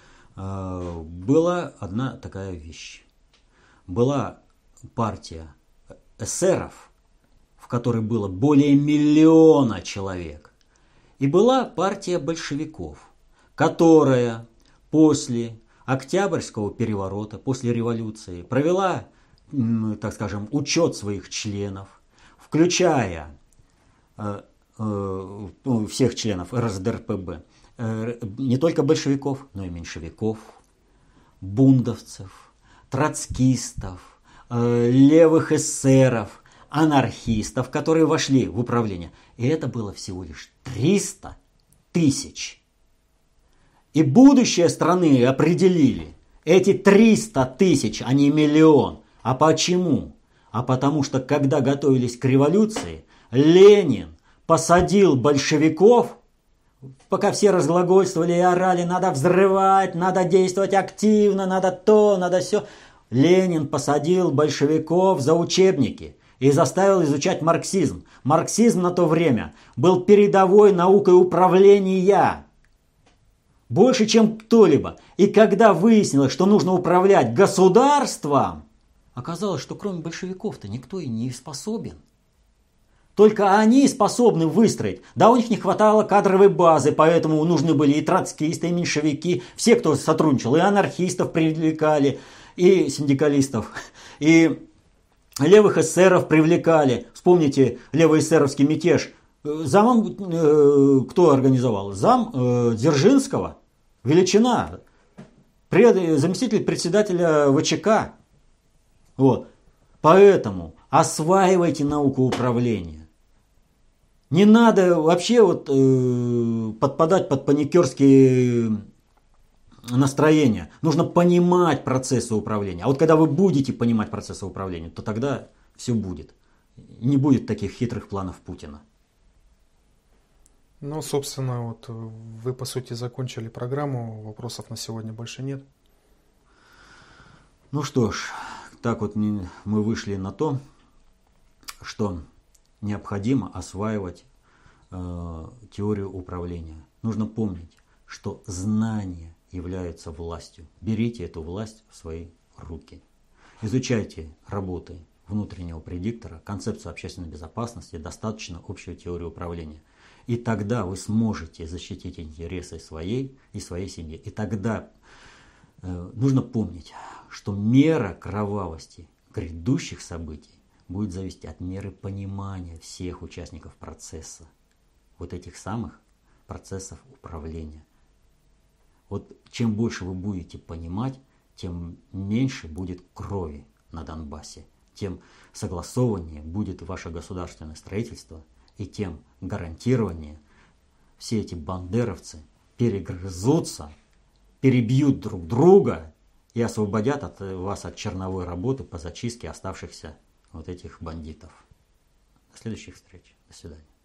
была одна такая вещь. Была партия эсеров, в которой было более миллиона человек. И была партия большевиков, которая после Октябрьского переворота, после революции, провела, так скажем, учет своих членов, включая э, э, всех членов эр эс дэ эр пэ бэ, э, не только большевиков, но и меньшевиков, бундовцев, троцкистов, э, левых эсеров, анархистов, которые вошли в управление. И это было всего лишь триста тысяч. И будущее страны определили. Эти триста тысяч, а не миллион. А почему? А потому что, когда готовились к революции, Ленин посадил большевиков, пока все разглагольствовали и орали, надо взрывать, надо действовать активно, надо то, надо все. Ленин посадил большевиков за учебники и заставил изучать марксизм. Марксизм на то время был передовой наукой управления. Больше, чем кто-либо. И когда выяснилось, что нужно управлять государством, оказалось, что кроме большевиков-то никто и не способен. Только они способны выстроить. Да, у них не хватало кадровой базы, поэтому нужны были и троцкисты, и меньшевики, все, кто сотрудничал, и анархистов привлекали, и синдикалистов, и левых эсеров привлекали. Вспомните левоэсеровский мятеж. Замом э, кто организовал? Зам э, Дзержинского. Величина. Пред, заместитель председателя вэ че ка. Вот. Поэтому осваивайте науку управления. Не надо вообще вот, э, подпадать под паникерские настроения. Нужно понимать процессы управления. А вот когда вы будете понимать процессы управления, то тогда все будет. Не будет таких хитрых планов Путина. Ну, собственно, вот вы, по сути, закончили программу. Вопросов на сегодня больше нет. Ну что ж, так вот мы вышли на то, что необходимо осваивать э, теорию управления. Нужно помнить, что знание являются властью. Берите эту власть в свои руки. Изучайте работы внутреннего предиктора, концепцию общественной безопасности, достаточно общую теорию управления. И тогда вы сможете защитить интересы своей и своей семьи. И тогда э, нужно помнить, что мера кровавости грядущих событий будет зависеть от меры понимания всех участников процесса. Вот этих самых процессов управления. Вот чем больше вы будете понимать, тем меньше будет крови на Донбассе, тем согласованнее будет ваше государственное строительство, и тем гарантированнее все эти бандеровцы перегрызутся, перебьют друг друга и освободят от вас от черновой работы по зачистке оставшихся вот этих бандитов. До следующих встреч. До свидания.